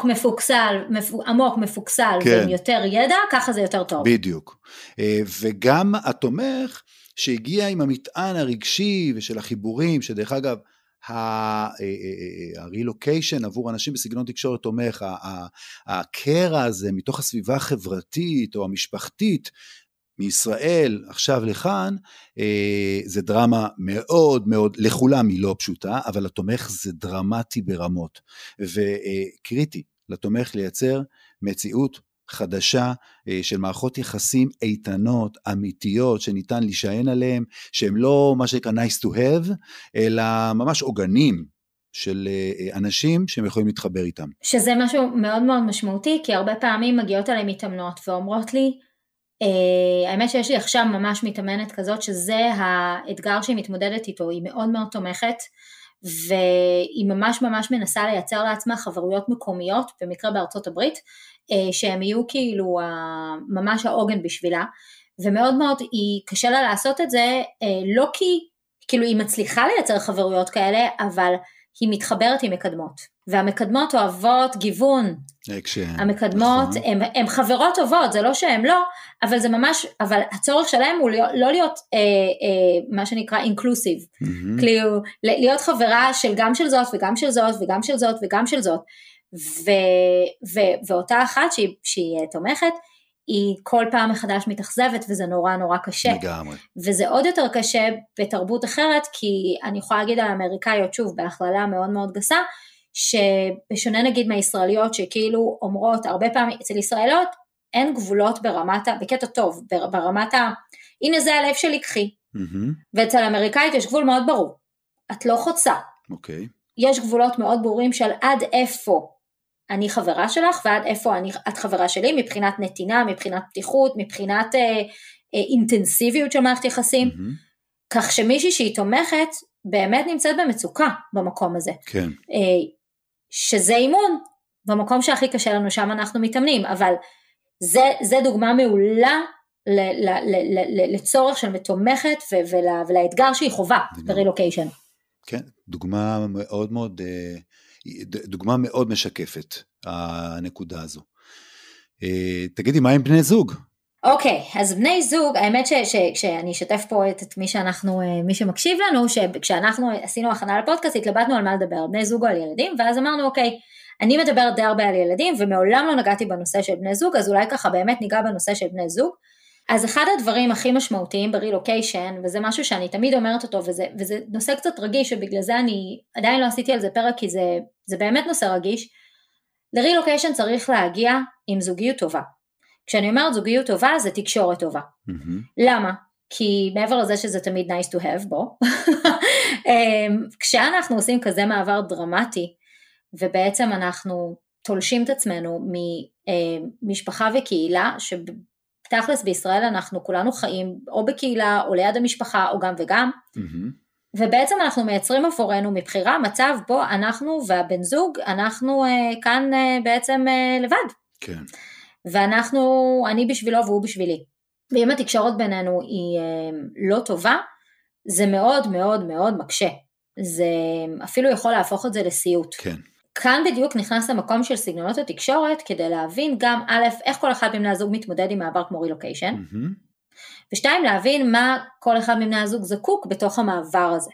עמוק מפוקסל, ועם יותר ידע, ככה זה יותר טוב. בדיוק. וגם התומך, שהגיע עם המטען הרגשי ושל החיבורים, שדרך אגב, הרילוקיישן עבור אנשים בסגנון תקשורת תומך, הקרע הזה מתוך הסביבה החברתית או המשפחתית, מישראל עכשיו לכאן, זה דרמה מאוד מאוד, לכולם היא לא פשוטה, אבל התומך זה דרמטי ברמות, וקריטי לתומך לייצר מציאות חדשה של מערכות יחסים איתנות, אמיתיות, שניתן להישען עליהם, שהם לא מה שנקרא nice to have, אלא ממש עוגנים של אנשים שהם יכולים להתחבר איתם. שזה משהו מאוד מאוד משמעותי, כי הרבה פעמים מגיעות עליהם מתאמנות ואומרות לי, האמת שיש לי עכשיו ממש מתאמנת כזאת, שזה האתגר שהיא מתמודדת איתו, היא מאוד מאוד תומכת, והיא ממש ממש מנסה לייצר לעצמה חברויות מקומיות, במקרה בארצות הברית, שהם יהיו כאילו ממש העוגן בשבילה, ומאוד מאוד היא קשה לה לעשות את זה, לא כי כאילו היא מצליחה לייצר חברויות כאלה, אבל היא מתחברת עם מקדמות, והמקדמות אוהבות גיוון, המקדמות הן חברות טובות, זה לא שהן לא, אבל זה ממש, אבל הצורך שלהם הוא לא להיות מה שנקרא אינקלוסיב, כאילו להיות חברה של גם של זאת וגם של זאת וגם של זאת וגם של זאת, ואותה אחת שהיא תומכת, היא כל פעם מחדש מתאכזבת, וזה נורא נורא קשה. לגמרי. וזה עוד יותר קשה בתרבות אחרת, כי אני יכולה להגיד על האמריקאיות, שוב, בהכללה מאוד מאוד גסה, שבשונה נגיד מהישראליות, שכאילו אומרות, הרבה פעמים, אצל ישראליות, אין גבולות בקטע טוב, ברמת הנה זה הלב שלי, קחי. ואצל האמריקאית יש גבול מאוד ברור. את לא חוצה. אוקיי. יש גבולות מאוד ברורים של עד איפה אני חברה שלך, ועד איפה את חברה שלי, מבחינת נתינה, מבחינת פתיחות, מבחינת אינטנסיביות של מערכת יחסים, כך שמישהי שהיא תומכת, באמת נמצאת במצוקה במקום הזה. כן. שזה אימון, במקום שהכי קשה לנו, שם אנחנו מתאמנים, אבל זה דוגמה מעולה, לצורך של מתומכת, ולאתגר שהיא חובה, ברילוקיישן. כן, דוגמה מאוד מאוד... דוגמה מאוד משקפת, הנקודה הזו. תגידי, מה עם בני זוג? אוקיי, אז בני זוג, האמת שאני אשתף פה את מי שמקשיב לנו, שכשאנחנו עשינו הכנה לפודקאסט, התלבטנו על מה לדבר, בני זוג או על ילדים, ואז אמרנו, אוקיי, אני מדברת די הרבה על ילדים, ומעולם לא נגעתי בנושא של בני זוג, אז אולי ככה באמת ניגע בנושא של בני זוג. אז אחד הדברים הכי משמעותיים ברילוקיישן, וזה משהו שאני תמיד אומרת אותו, וזה נושא קצת רגיש, ובגלל זה אני עדיין לא עשיתי על זה פרק, כי זה באמת נושא רגיש, לרילוקיישן צריך להגיע עם זוגיות טובה. כשאני אומרת זוגיות טובה, זה תקשורת טובה. למה? כי מעבר לזה שזה תמיד nice to have בו, כשאנחנו עושים כזה מעבר דרמטי, ובעצם אנחנו תולשים את עצמנו ממשפחה וקהילה, תכלס בישראל אנחנו כולנו חיים או בקהילה או ליד המשפחה או גם וגם, ובעצם אנחנו מייצרים עבורנו מבחירה מצב בו אנחנו והבן זוג, אנחנו כאן בעצם לבד. כן. אני בשבילו והוא בשבילי. ואם התקשורת בינינו היא לא טובה, זה מאוד מאוד מאוד מקשה. זה אפילו יכול להפוך את זה לסיוט. כן. כאן בדיוק נכנס למקום של סגנונות התקשורת, כדי להבין גם א', איך כל אחד מבני הזוג מתמודד עם מעבר כמו רילוקיישן, ושתיים, להבין מה כל אחד מבני הזוג זקוק בתוך המעבר הזה.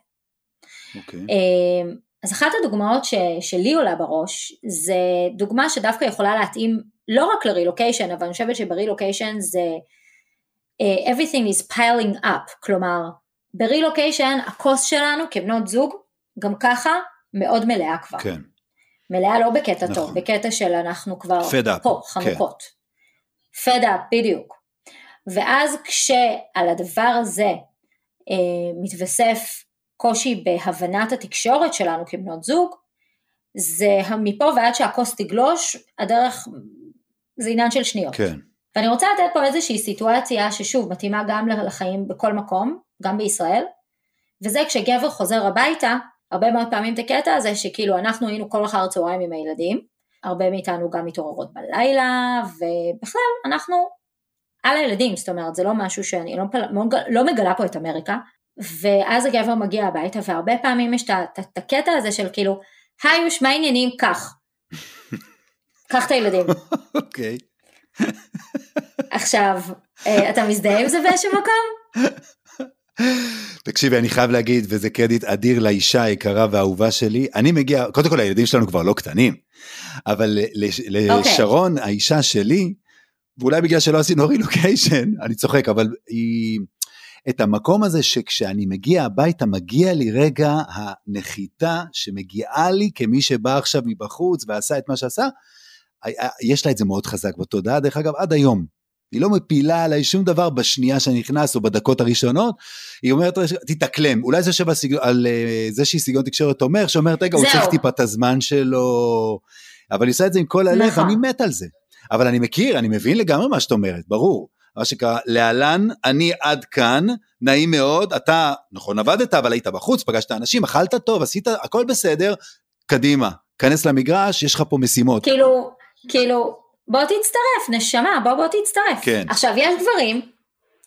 אז אחת הדוגמאות שלי עולה בראש, זה דוגמה שדווקא יכולה להתאים לא רק לרילוקיישן, אבל אני חושבת שברילוקיישן זה everything is piling up, כלומר, ברילוקיישן הכוס שלנו כבנות זוג, גם ככה מאוד מלאה כבר. כן. מלאה לא בקטע נכון. טוב, בקטע של אנחנו כבר פה, חנוכות. fed up, בדיוק. ואז כשעל הדבר הזה מתווסף קושי בהבנת התקשורת שלנו כבנות זוג, זה מפה ועד שהכוס תגלוש, הדרך זה עניין של שניות. כן. ואני רוצה לתת פה איזושהי סיטואציה ששוב מתאימה גם לחיים בכל מקום, גם בישראל, וזה כשגבר חוזר הביתה, הרבה מאוד פעמים את הקטע הזה שכאילו אנחנו היינו כל אחר צהריים עם הילדים, הרבה מאיתנו גם מתעוררות בלילה, ובכלל אנחנו על הילדים, זאת אומרת זה לא משהו שאני לא מגלה פה את אמריקה, ואז הגבר מגיע הביתה, והרבה פעמים יש את הקטע הזה של כאילו, היוש, מה העניינים? כך. קח את הילדים. אוקיי. עכשיו, אתה מזדהה עם זה באיזשהו מקום? תקשיבי, אני חייב להגיד, וזה קרדיט אדיר לאישה היקרה והאהובה שלי, אני מגיע, קודם כל הילדים שלנו כבר לא קטנים, אבל לשרון, האישה שלי, ואולי בגלל שלא עשינו רילוקיישן, אני צוחק, אבל היא, את המקום הזה שכשאני מגיע הביתה, מגיע לי רגע הנחיתה, שמגיעה לי כמי שבא עכשיו מבחוץ, ועשה את מה שעשה, יש לה את זה מאוד חזק בתודעה, דרך אגב, עד היום, היא לא מפילה עליי שום דבר בשנייה שאני נכנס, או בדקות הראשונות, היא אומרת, תתקלם, אולי זה על זה שהיא סגנון תקשורת אומר, שאומרת, רגע, הוא צריך טיפה את הזמן שלו, אבל היא עושה את זה עם כל הלב, אני מת על זה, אבל אני מכיר, אני מבין לגמרי מה שאת אומרת, ברור, מה שקרה, להלן, אני עד כאן, נעים מאוד, אתה, נכון, עבדת, אבל היית בחוץ, פגשת אנשים, אכלת טוב, עשית, הכל בסדר, קדימה, כנס למגרש, יש לך פה משימות. כאילו, בוא תצטרף, נשמה, בוא תצטרף. כן. עכשיו, יש גברים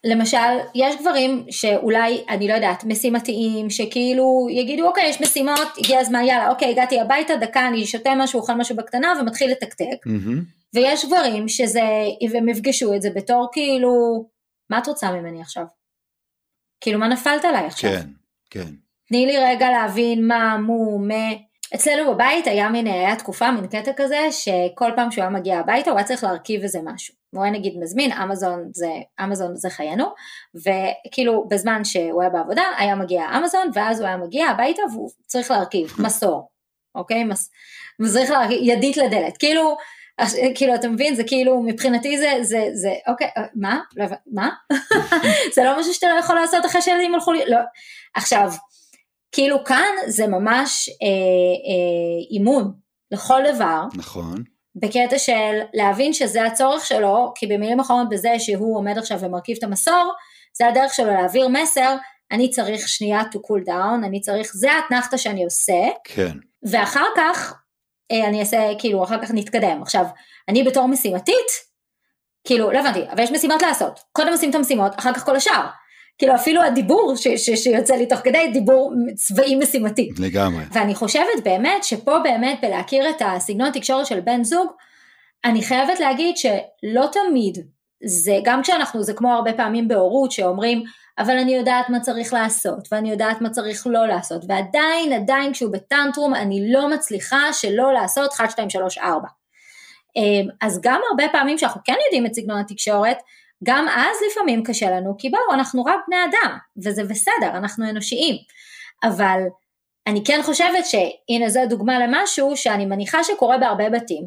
למשל, יש גברים שאולי, אני לא יודעת, משימתיים, שכאילו יגידו, אוקיי, יש משימות, הגיע הזמן, יאללה, אוקיי, הגעתי הביתה, דקה, אני שותה משהו, אוכל משהו בקטנה, ומתחיל לתקתק. ויש גברים שזה, והם יפגשו את זה בתור כאילו, מה את רוצה ממני עכשיו? כאילו, מה נפלת עליי עכשיו? כן, כן. תני לי רגע להבין מה, אצלנו בבית היה תקופה, מין קטע כזה, שכל פעם שהוא היה מגיע הביתה, הוא היה צריך להרכיב איזה משהו. הוא היה נגיד מזמין, אמזון זה חיינו, וכאילו בזמן שהוא היה בעבודה, היה מגיע אמזון, ואז הוא היה מגיע הביתה, והוא צריך להרכיב, מסור, אוקיי? צריך להרכיב, ידית לדלת, כאילו, אתה מבין, זה כאילו, מבחינתי זה, אוקיי, מה? זה לא משהו שאתה לא יכול לעשות אחרי שילדים הלכו לי, לא, עכשיו, כאילו כאן זה ממש אימון לכל דבר. נכון. בקטע של להבין שזה הצורך שלו, כי במילים אחרות בזה שהוא עומד עכשיו ומרכיב את המסור, זה הדרך שלו להעביר מסר, אני צריך שנייה to cool down, אני צריך, זה התנחת שאני עושה. כן. ואחר כך, אני אעשה, כאילו, אחר כך נתקדם. עכשיו, אני בתור משימתית, כאילו, לא הבנתי, אבל יש משימות לעשות. קודם עושים את המשימות, אחר כך כל השאר. כאילו אפילו הדיבור שיוצא לי תוך כדי דיבור צבאי משימתי. לגמרי. ואני חושבת באמת שפה באמת בלהכיר את הסגנון התקשורת של בן זוג, אני חייבת להגיד שלא תמיד, זה גם כשאנחנו, זה כמו הרבה פעמים בהורות שאומרים, אבל אני יודעת מה צריך לעשות, ואני יודעת מה צריך לא לעשות, ועדיין כשהוא בטנטרום, אני לא מצליחה שלא לעשות 1, 2, 3, 4. אז גם הרבה פעמים שאנחנו כן יודעים את סגנון התקשורת, גם אז לפעמים קשה לנו, כי בואו, אנחנו רק בני אדם, וזה בסדר, אנחנו אנושיים, אבל אני כן חושבת שהנה זו דוגמה למשהו, שאני מניחה שקורה בהרבה בתים,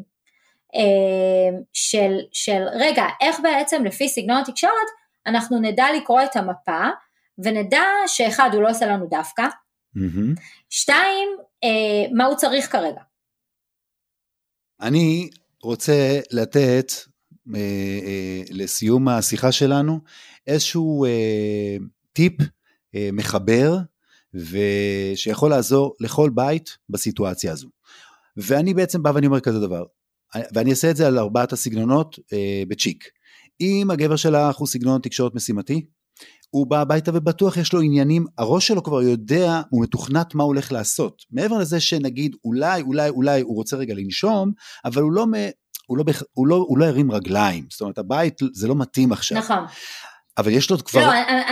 של רגע, איך בעצם לפי סגנון התקשורת, אנחנו נדע לקרוא את המפה, ונדע שאחד, הוא לא עושה לנו דווקא, 2, מה הוא צריך כרגע. אני רוצה לתת, לסיום השיחה שלנו, איזשהו טיפ מחבר, ושיכול לעזור לכל בית בסיטואציה הזו. ואני בעצם בא ואני אומר כזה דבר, ואני אעשה את זה על 4 הסגנונות בצ'יק. אם הגבר שלך הוא סגנון תקשורת משימתי, הוא בא הביתה ובטוח יש לו עניינים, הראש שלו כבר יודע, הוא מתוכנת מה הוא הולך לעשות. מעבר לזה שנגיד, אולי הוא רוצה רגע לנשום, אבל הוא לא הרים רגליים, זאת אומרת, הבית זה לא מתאים עכשיו. נכון. אבל יש לו כבר... לא,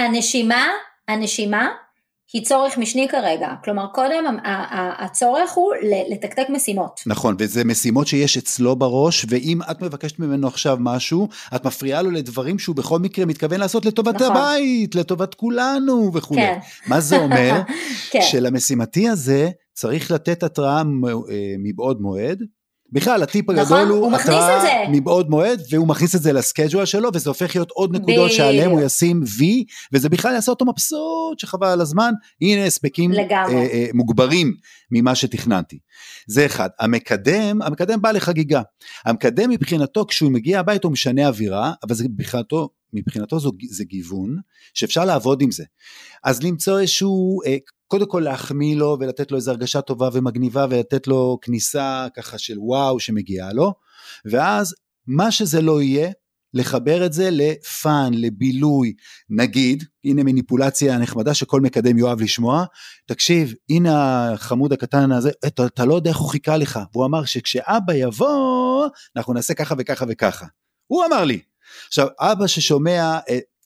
הנשימה היא צורך משני כרגע, כלומר, קודם הצורך הוא לתקתק משימות. נכון, וזה משימות שיש אצלו בראש, ואם את מבקשת ממנו עכשיו משהו, את מפריעה לו לדברים שהוא בכל מקרה מתכוון לעשות לטובת הבית, לטובת כולנו וכו'. כן. מה זה אומר? שלמשימתי הזה צריך לתת התראה מבעוד מועד, בכלל, הטיפ הגדול הוא התראה מבעוד מועד, והוא מכניס את זה לסקייג'ואל שלו, וזה הופך להיות עוד נקודות שעליהם הוא ישים וי, וזה בכלל יעשה אותו מבסוט, שחבל על הזמן, הנה הספקים מוגברים ממה שתכננתי. זה אחד. המקדם בא לחגיגה. המקדם מבחינתו, כשהוא מגיע הבית, הוא משנה אווירה, אבל מבחינתו זה גיוון, שאפשר לעבוד עם זה. אז למצוא איזשהו... קודם כל להחמיא לו ולתת לו איזו הרגשה טובה ומגניבה ולתת לו כניסה ככה של וואו שמגיעה לו, ואז מה שזה לא יהיה, לחבר את זה לפן, לבילוי, נגיד, הנה מניפולציה נחמדה שכל מקדם יאהב לשמוע, תקשיב, הנה החמוד הקטן הזה, אתה לא יודע איך הוא חיכה לך, והוא אמר שכשאבא יבוא, אנחנו נעשה ככה וככה וככה, הוא אמר לי, עכשיו אבא ששומע,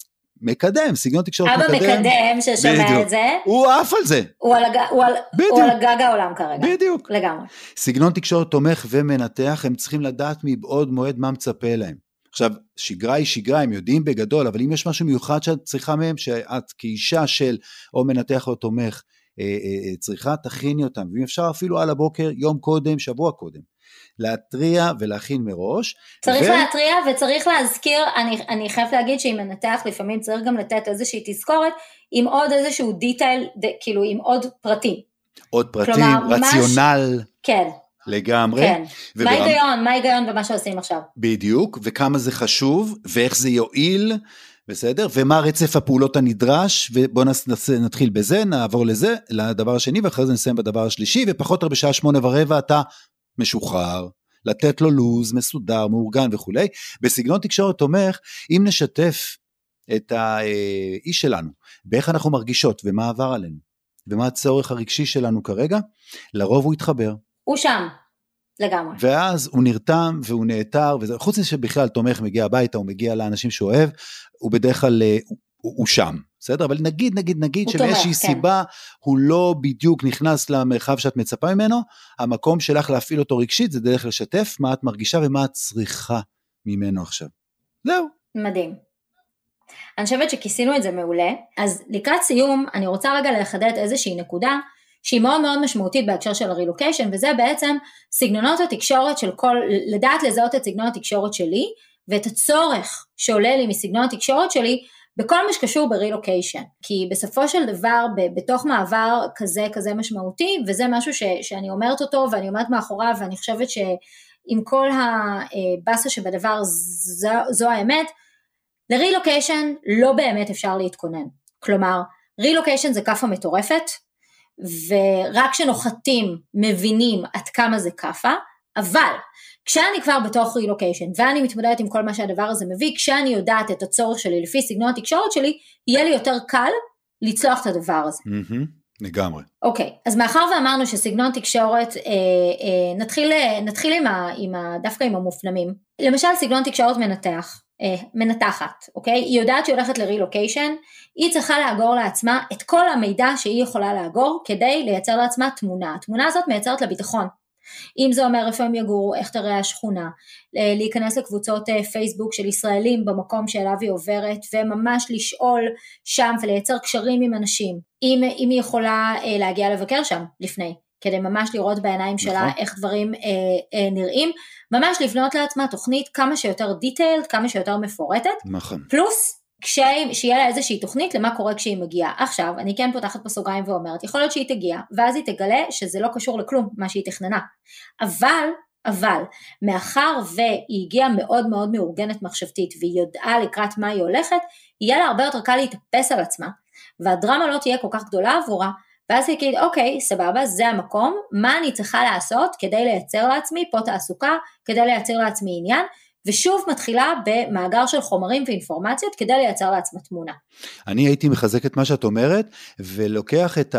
מקדם, סגנון תקשורת מקדם. אבא מקדם ששומע את זה. הוא עף על זה. הוא על גג העולם כרגע. בדיוק. לגמרי. סגנון תקשורת תומך ומנתח, הם צריכים לדעת מבעוד מועד מה מצפה להם. עכשיו, שגרה היא שגרה, הם יודעים בגדול, אבל אם יש משהו מיוחד שאת צריכה מהם, שאת כאישה של או מנתח או תומך, צריכה, תכיני אותם. ואם אפשר אפילו על הבוקר, יום קודם, שבוע קודם. להטריע ולהכין מראש. צריך להטריע וצריך להזכיר, אני חייב להגיד שאם מנתח לפעמים צריך גם לתת איזושהי תזכורת, עם עוד איזשהו דיטייל, כאילו עם עוד פרטים. עוד פרטים, כלומר, רציונל. כן. לגמרי. כן. מה ההיגיון במה שעושים עכשיו? בדיוק, וכמה זה חשוב, ואיך זה יועיל, בסדר? ומה רצף הפעולות הנדרש, ובואו נתחיל בזה, נעבור לזה, לדבר השני, ואחרי זה נסיים בדבר השלישי, ופחות הרבה בשעה 8:15 אתה משוחרר, לתת לו לוז, מסודר, מאורגן וכו'. בסגנון תקשורת תומך, אם נשתף את האיש שלנו, באיך אנחנו מרגישות ומה עבר עלינו, ומה הצורך הרגשי שלנו כרגע, לרוב הוא יתחבר. הוא שם, לגמרי. ואז הוא נרתם והוא נעתר, חוץ מזה שבכלל תומך מגיע הביתה, הוא מגיע לאנשים שהוא אוהב, הוא בדרך כלל, הוא שם, בסדר? אבל נגיד שמאיזושהי סיבה, הוא לא בדיוק נכנס למרחב שאת מצפה ממנו, המקום שלך להפעיל אותו רגשית, זה דרך לשתף מה את מרגישה ומה את צריכה ממנו עכשיו. זהו. מדהים. אני חושבת שכיסינו את זה מעולה, אז לקראת סיום, אני רוצה רגע לחדד איזושהי נקודה, שהיא מאוד מאוד משמעותית בהקשר של הרילוקיישן, וזה בעצם סגנונות התקשורת של לדעת לזהות את סגנון התקשורת שלי, ואת הצורך שעולה לי מסגנון התקשורת שלי, בכל מה שקשור ברילוקיישן, כי בסופו של דבר, בתוך מעבר כזה משמעותי, וזה משהו שאני אומרת אותו, ואני אומרת מאחוריו, ואני חושבת שעם כל הבאסה שבדבר, זו האמת, לרילוקיישן לא באמת אפשר להתכונן, כלומר, רילוקיישן זה קפה מטורפת, ורק כשנוחתים מבינים עד כמה זה קפה, אבל כשאני כבר בתוך רילוקיישן, ואני מתמודדת עם כל מה שהדבר הזה מביא, כשאני יודעת את הצורך שלי לפי סגנון התקשורת שלי, יהיה לי יותר קל לצלוח את הדבר הזה. לגמרי. אוקיי, אז מאחר ואמרנו שסגנון תקשורת, נתחיל דווקא עם המופנמים. למשל סגנון תקשורת מנתחת, אוקיי? היא יודעת שהיא הולכת לרילוקיישן, היא צריכה לאגור לעצמה את כל המידע שהיא יכולה לאגור, כדי לייצר לעצמה תמונה. התמונה הזאת מייצרת לביטחון. אם זה אומר איפה הם יגורו, איך תראה השכונה, להיכנס לקבוצות פייסבוק של ישראלים במקום שאליו היא עוברת, וממש לשאול שם ולייצר קשרים עם אנשים, אם היא יכולה להגיע לבקר שם לפני, כדי ממש לראות בעיניים שלה איך דברים נראים, ממש לבנות לעצמה תוכנית כמה שיותר דיטיילד, כמה שיותר מפורטת, פלוס שיהיה לה איזושהי תוכנית למה קורה כשהיא מגיעה. עכשיו, אני כן פותחת בסוגריים ואומרת, יכול להיות שהיא תגיע, ואז היא תגלה שזה לא קשור לכלום, מה שהיא תכננה. אבל, מאחר והיא הגיעה מאוד מאוד מאורגנת מחשבתית, והיא יודעה לקראת מה היא הולכת, יהיה לה הרבה יותר קל להתאפס על עצמה, והדרמה לא תהיה כל כך גדולה עבורה, ואז היא תגיד, אוקיי, סבבה, זה המקום, מה אני צריכה לעשות כדי לייצר לעצמי פה תעסוקה, כדי לייצר לעצמי עניין, ושוב מתחילה במאגר של חומרים ואינפורמציות, כדי לייצר לעצמה תמונה. אני הייתי מחזק את מה שאת אומרת, ולוקח את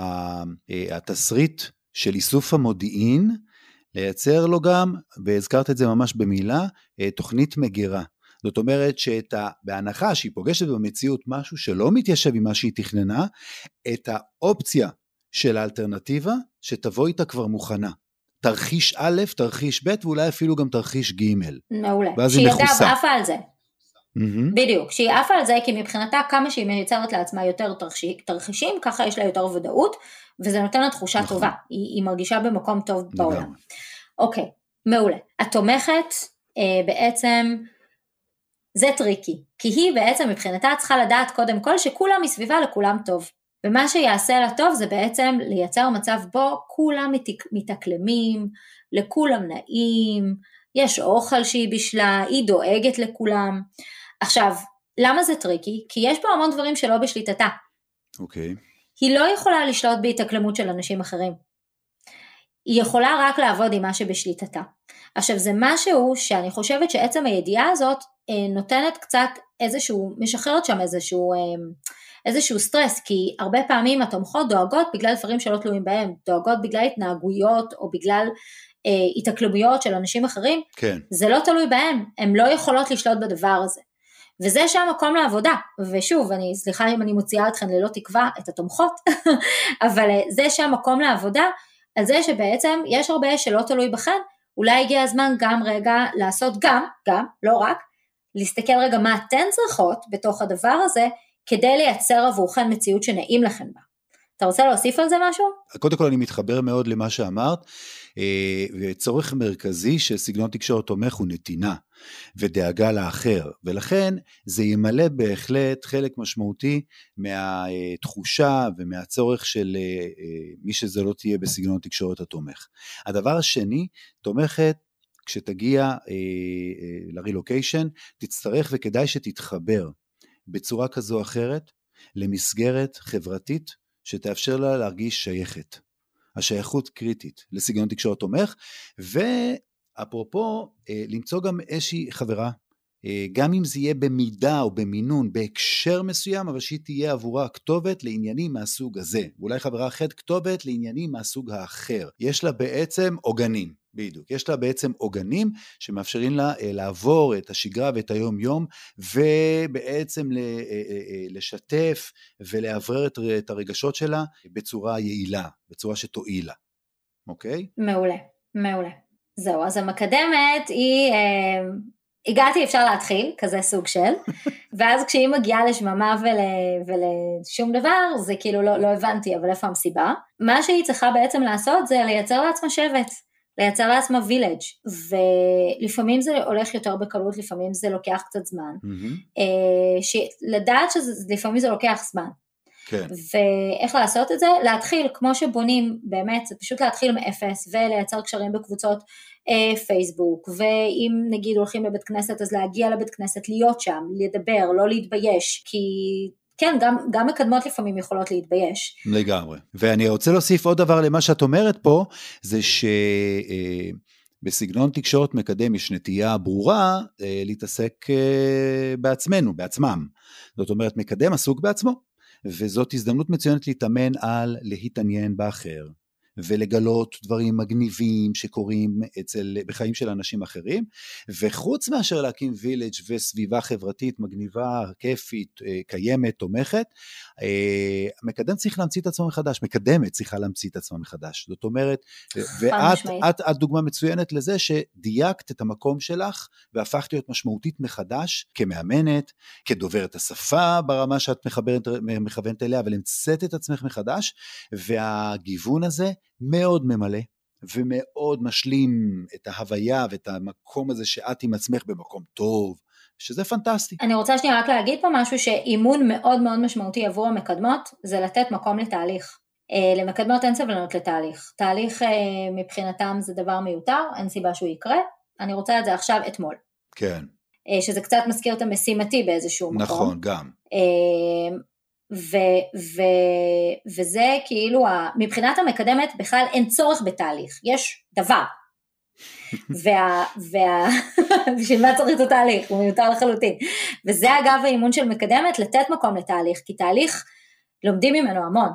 התסריט של איסוף המודיעין, לייצר לו גם, והזכרת את זה ממש במילה, תוכנית מגירה. זאת אומרת בהנחה שהיא פוגשת במציאות משהו שלא מתיישב עם מה שהיא תכננה, את האופציה של האלטרנטיבה, שתבוא איתה כבר מוכנה. תרחיש א', תרחיש ב', ואולי אפילו גם תרחיש ג'. מעולה. שהיא ידעה עפה על זה. בדיוק, שהיא עפה על זה, כי מבחינתה כמה שהיא מייצרת לעצמה יותר תרחישים, ככה יש לה יותר ודאות, וזה נותן לה תחושה טובה. היא מרגישה במקום טוב בעולם. אוקיי, מעולה. התומכת בעצם, זה טריקי, כי היא בעצם מבחינתה צריכה לדעת קודם כל, שכולם מסביבה לכולם טוב. ומה שיעשה לה טוב זה בעצם לייצר מצב בו כולם מתאקלמים, לכולם נעים, יש אוכל שהיא בשלה, היא דואגת לכולם. עכשיו, למה זה טריקי? כי יש פה המון דברים שלא בשליטתה. אוקיי. היא לא יכולה לשלוט בהתאקלמות של אנשים אחרים. היא יכולה רק לעבוד עם מה שבשליטתה. עכשיו, זה משהו שאני חושבת שעצם הידיעה הזאת נותנת קצת משחררת שם איזשהו סטרס, כי הרבה פעמים התומכות דואגות בגלל דברים שלא תלויים בהם, דואגות בגלל התנהגויות או בגלל התאקלמויות של אנשים אחרים, כן. זה לא תלוי בהם, הן לא יכולות לשלוט בדבר הזה, וזה שהמקום לעבודה, ושוב, סליחה אם אני מוציאה אתכן ללא תקווה את התומכות, אבל זה שהמקום לעבודה, על זה שבעצם יש הרבה שלא תלוי בכן, אולי הגיע הזמן גם רגע לעשות גם, לא רק, להסתכל רגע מה אתן צריכות בתוך הדבר הזה, כדי לייצר עבורכן מציאות שנעים לכם בה. אתה רוצה להוסיף על זה משהו? קודם כל אני מתחבר מאוד למה שאמרת, וצורך מרכזי שסגנון תקשורת תומך הוא נתינה, ודאגה לאחר, ולכן זה ימלא בהחלט חלק משמעותי מהתחושה ומהצורך של מי שזה לא תהיה בסגנון תקשורת התומך. הדבר השני, תומכת, כשתגיע לרילוקיישן, תצטרך וכדאי שתתחבר בצורה כזו או אחרת, למסגרת חברתית, שתאפשר לה להרגיש שייכת. השייכות קריטית לסגנון תקשורת תומך, ואפרופו, למצוא גם איזושהי חברה, גם אם זה יהיה במידה או במינון, בהקשר מסוים, אבל שהיא תהיה עבורה כתובת לעניינים מהסוג הזה. ואולי חברה אחרת כתובת לעניינים מהסוג האחר. יש לה בעצם עוגנים, בדיוק. יש לה בעצם עוגנים שמאפשרים לה לעבור את השגרה ואת היום יום, ובעצם לשתף ולעברר את הרגשות שלה בצורה יעילה, בצורה שתועיל לה. אוקיי? מעולה, מעולה. זהו, אז המקדמת היא... הגעתי, אפשר להתחיל, כזה סוג של, ואז כשהיא מגיעה לשממה ולשום דבר, זה כאילו לא הבנתי, אבל איפה המסיבה? מה שהיא צריכה בעצם לעשות זה לייצר לעצמה שבט, לייצר לעצמה וילג', ולפעמים זה הולך יותר בקלות, לפעמים זה לוקח קצת זמן, לדעת שלפעמים זה לוקח זמן, כן. ואיך לעשות את זה? להתחיל, כמו שבונים, באמת, זה פשוט להתחיל מאפס, ולייצר קשרים בקבוצות פייסבוק, ואם נגיד הולכים לבית כנסת, אז להגיע לבית כנסת, להיות שם, לדבר, לא להתבייש, כי כן, גם מקדמות לפעמים יכולות להתבייש. לגמרי. ואני רוצה להוסיף עוד דבר למה שאת אומרת פה, זה בסגנון תקשורת מקדם יש נטייה ברורה להתעסק בעצמנו, בעצמם. זאת אומרת, מקדם עסוק בעצמו. וזאת הזדמנות מצוינת להתאמן על להתעניין באחר, ולגלות דברים מגניבים שקורים בחיים של אנשים אחרים, וחוץ מאשר להקים וילג' וסביבה חברתית מגניבה, כיפית, קיימת, תומכת, מקדם צריך להמציא את עצמו מחדש, מקדמת צריכה להמציא את עצמה מחדש, זאת אומרת, ואת דוגמה מצוינת לזה שדייקת את המקום שלך, והפכת להיות משמעותית מחדש, כמאמנת, כדוברת השפה ברמה שאת מכוונת אליה, ולמצאת את עצמך מחדש, והגיוון הזה מאוד ממלא, ומאוד משלים את ההוויה, ואת המקום הזה שאת עם עצמך במקום טוב, שזה פנטסטי. אני רוצה שנייה רק להגיד פה משהו, שאימון מאוד מאוד משמעותי עבור המקדמות, זה לתת מקום לתהליך. למקדמות אין סבלנות לתהליך. תהליך מבחינתם זה דבר מיותר, אין סיבה שהוא יקרה, אני רוצה את זה עכשיו אתמול. כן. שזה קצת מזכיר את המשימתי באיזשהו מקום. נכון, גם. וזה כאילו, מבחינת המקדמת בכלל אין צורך בתהליך, יש דבר. בשביל מה צריך את התהליך, הוא מיותר לחלוטין. וזה אגב האימון של מקדמת, לתת מקום לתהליך, כי תהליך לומדים ממנו המון,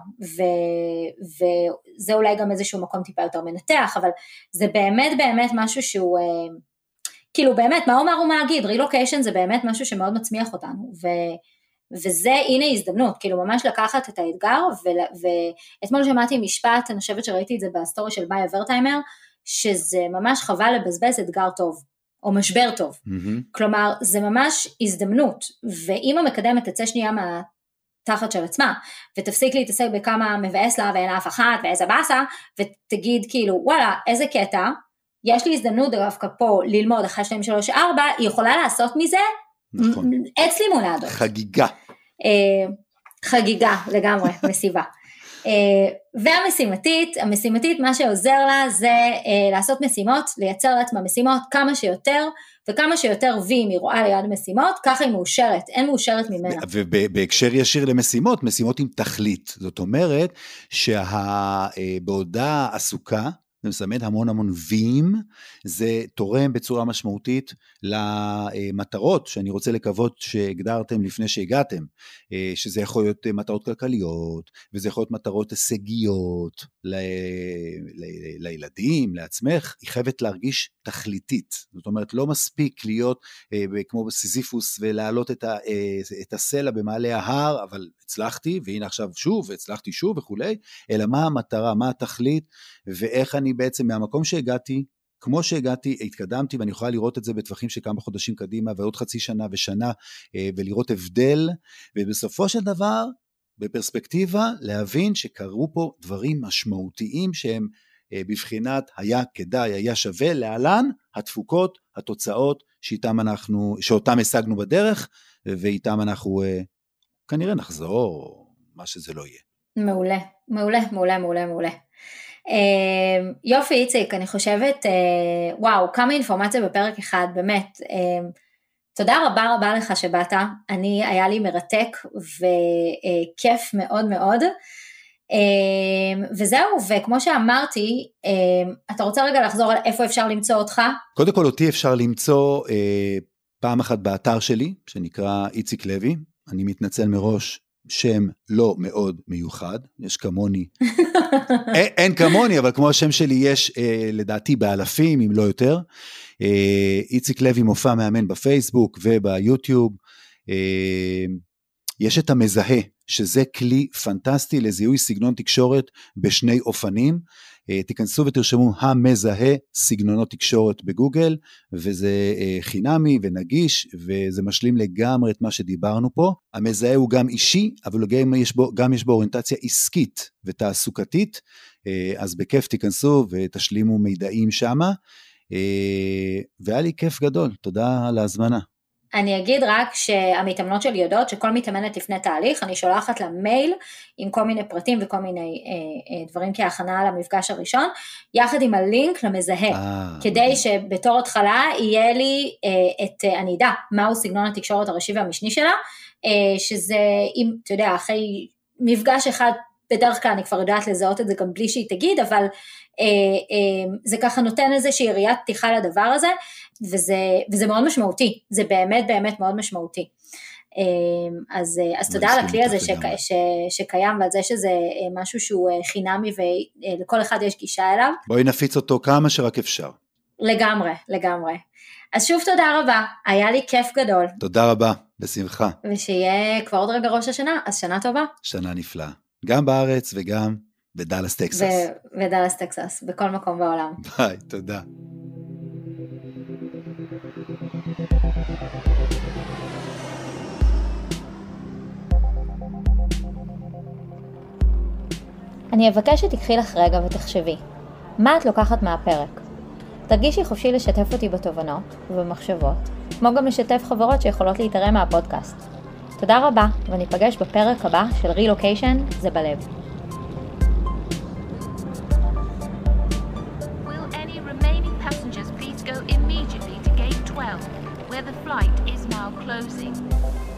וזה אולי גם איזשהו מקום טיפה יותר מנתח, אבל זה באמת באמת משהו שהוא, כאילו באמת, מה אומר ומה אגיד, רילוקיישן זה באמת משהו שמאוד מצמיח אותנו, וזה, הנה הזדמנות, כאילו ממש לקחת את האתגר, ואתמול שמעתי משפט, אני חושבת שראיתי את זה בסטורי של מאיה ורטהיימר, שזה ממש חבל לבזבז אתגר טוב, או משבר טוב, כלומר, זה ממש הזדמנות, ואם המקדמת תצא שנייה מהתחת של עצמה, ותפסיק להתעסק בכמה מבאס לה, ואין אף אחת, ואיזה באסה, ותגיד כאילו, וואלה, איזה קטע, יש לי הזדמנות דווקא פה, ללמוד 1, 2, 3, 4, היא יכולה לעשות מזה, נכון. עץ לימונדות. חגיגה. חגיגה, לגמרי, מסיבה. והמשימתית, מה שעוזר לה זה לעשות משימות, לייצר לעצמה משימות כמה שיותר, וכמה שיותר וי מרואה ליד משימות, ככה היא מאושרת, אין מאושרת ממנה. ובהקשר ישיר למשימות, משימות עם תכלית, זאת אומרת שבעודה עסוקה, זה מסמן המון ויים, זה תורם בצורה משמעותית למטרות שאני רוצה לקוות שהגדרתם לפני שהגעתם, שזה יכול להיות מטרות כלכליות, וזה יכול להיות מטרות הישגיות, לילדים, לעצמך, היא חייבת להרגיש תכליתית, זאת אומרת לא מספיק להיות כמו בסיזיפוס ולהעלות את הסלע במעלה ההר, אבל הצלחתי והנה עכשיו שוב, והצלחתי שוב וכולי, אלא מה המטרה, מה התכלית, ואיך אני בעצם מהמקום שהגעתי, כמו שהגעתי, התקדמתי, ואני יכולה לראות את זה בטווחים של כמה חודשים קדימה, ועוד חצי שנה ושנה, ולראות הבדל, ובסופו של דבר, בפרספקטיבה, להבין שקרו פה דברים משמעותיים, שהם בבחינת היה כדאי, היה שווה, להלן התפוקות, התוצאות, שאותם השגנו בדרך, ואיתם אנחנו כנראה נחזור, מה שזה לא יהיה. מעולה, מעולה, מעולה, מעולה, מעולה. יופי איציק, אני חושבת, וואו, כמה אינפורמציה בפרק אחד, באמת, תודה רבה רבה לך שבאת, היה לי מרתק וכיף מאוד מאוד, וזהו, וכמו שאמרתי, אתה רוצה רגע לחזור על איפה אפשר למצוא אותך? קודם כל אותי אפשר למצוא פעם אחת באתר שלי, שנקרא איציק לוי, אני מתנצל מראש, שם לא מאוד מיוחד, יש כמוני, אין כמוני, אבל כמו השם שלי יש לדעתי באלפים, אם לא יותר, איציק לוי מופע מאמן בפייסבוק וביוטיוב, יש את המזהה, שזה כלי פנטסטי לזיהוי סגנון תקשורת בשני אופנים, תיכנסו ותרשמו המזהה סגנונות תקשורת בגוגל, וזה חינמי ונגיש, וזה משלים לגמרי את מה שדיברנו פה. המזהה הוא גם אישי, אבל גם יש בו אוריינטציה עסקית ותעסוקתית, אז בכיף תיכנסו ותשלימו מידעים שמה, והיה לי כיף גדול, תודה על ההזמנה. אני אגיד רק שהמתאמנות שלי יודעות שכל מתאמנת לפני תהליך, אני שולחת לה מייל עם כל מיני פרטים וכל מיני דברים כהכנה למפגש הראשון, יחד עם הלינק למזהה, כדי שבתור התחלה יהיה לי אני אדע מהו סגנון התקשורת הראשי והמשני שלה, שזה, אם אתה יודע, אחרי מפגש אחד, בדרך כלל אני כבר יודעת לזהות את זה גם בלי שהיא תגיד, אבל זה ככה נותן איזושהי ראיית פתיחה לדבר הזה, וזה מאוד משמעותי, זה באמת באמת מאוד משמעותי. אז תודה על הכלי הזה שקיים, ועל זה שזה משהו שהוא חינמי ולכל אחד יש גישה אליו. בואי נפיץ אותו כמה שרק אפשר. לגמרי, לגמרי. אז שוב תודה רבה, היה לי כיף גדול. תודה רבה, בשמחה. ושיהיה כבר עוד רגע ראש השנה, אז שנה טובה. שנה נפלאה, גם בארץ וגם בדלס טקסס. בדלס טקסס, בכל מקום בעולם. ביי, תודה. אני אבקש שתקחי לך רגע ותחשבי, מה את לוקחת מהפרק? תרגישי חופשי לשתף אותי בתובנות ובמחשבות, כמו גם לשתף חברות שיכולות להתרם מהפודקאסט. תודה רבה, וניפגש בפרק הבא של רילוקיישן זה בלב. Will any remaining passengers please go immediately to gate 12, where the flight is now closing?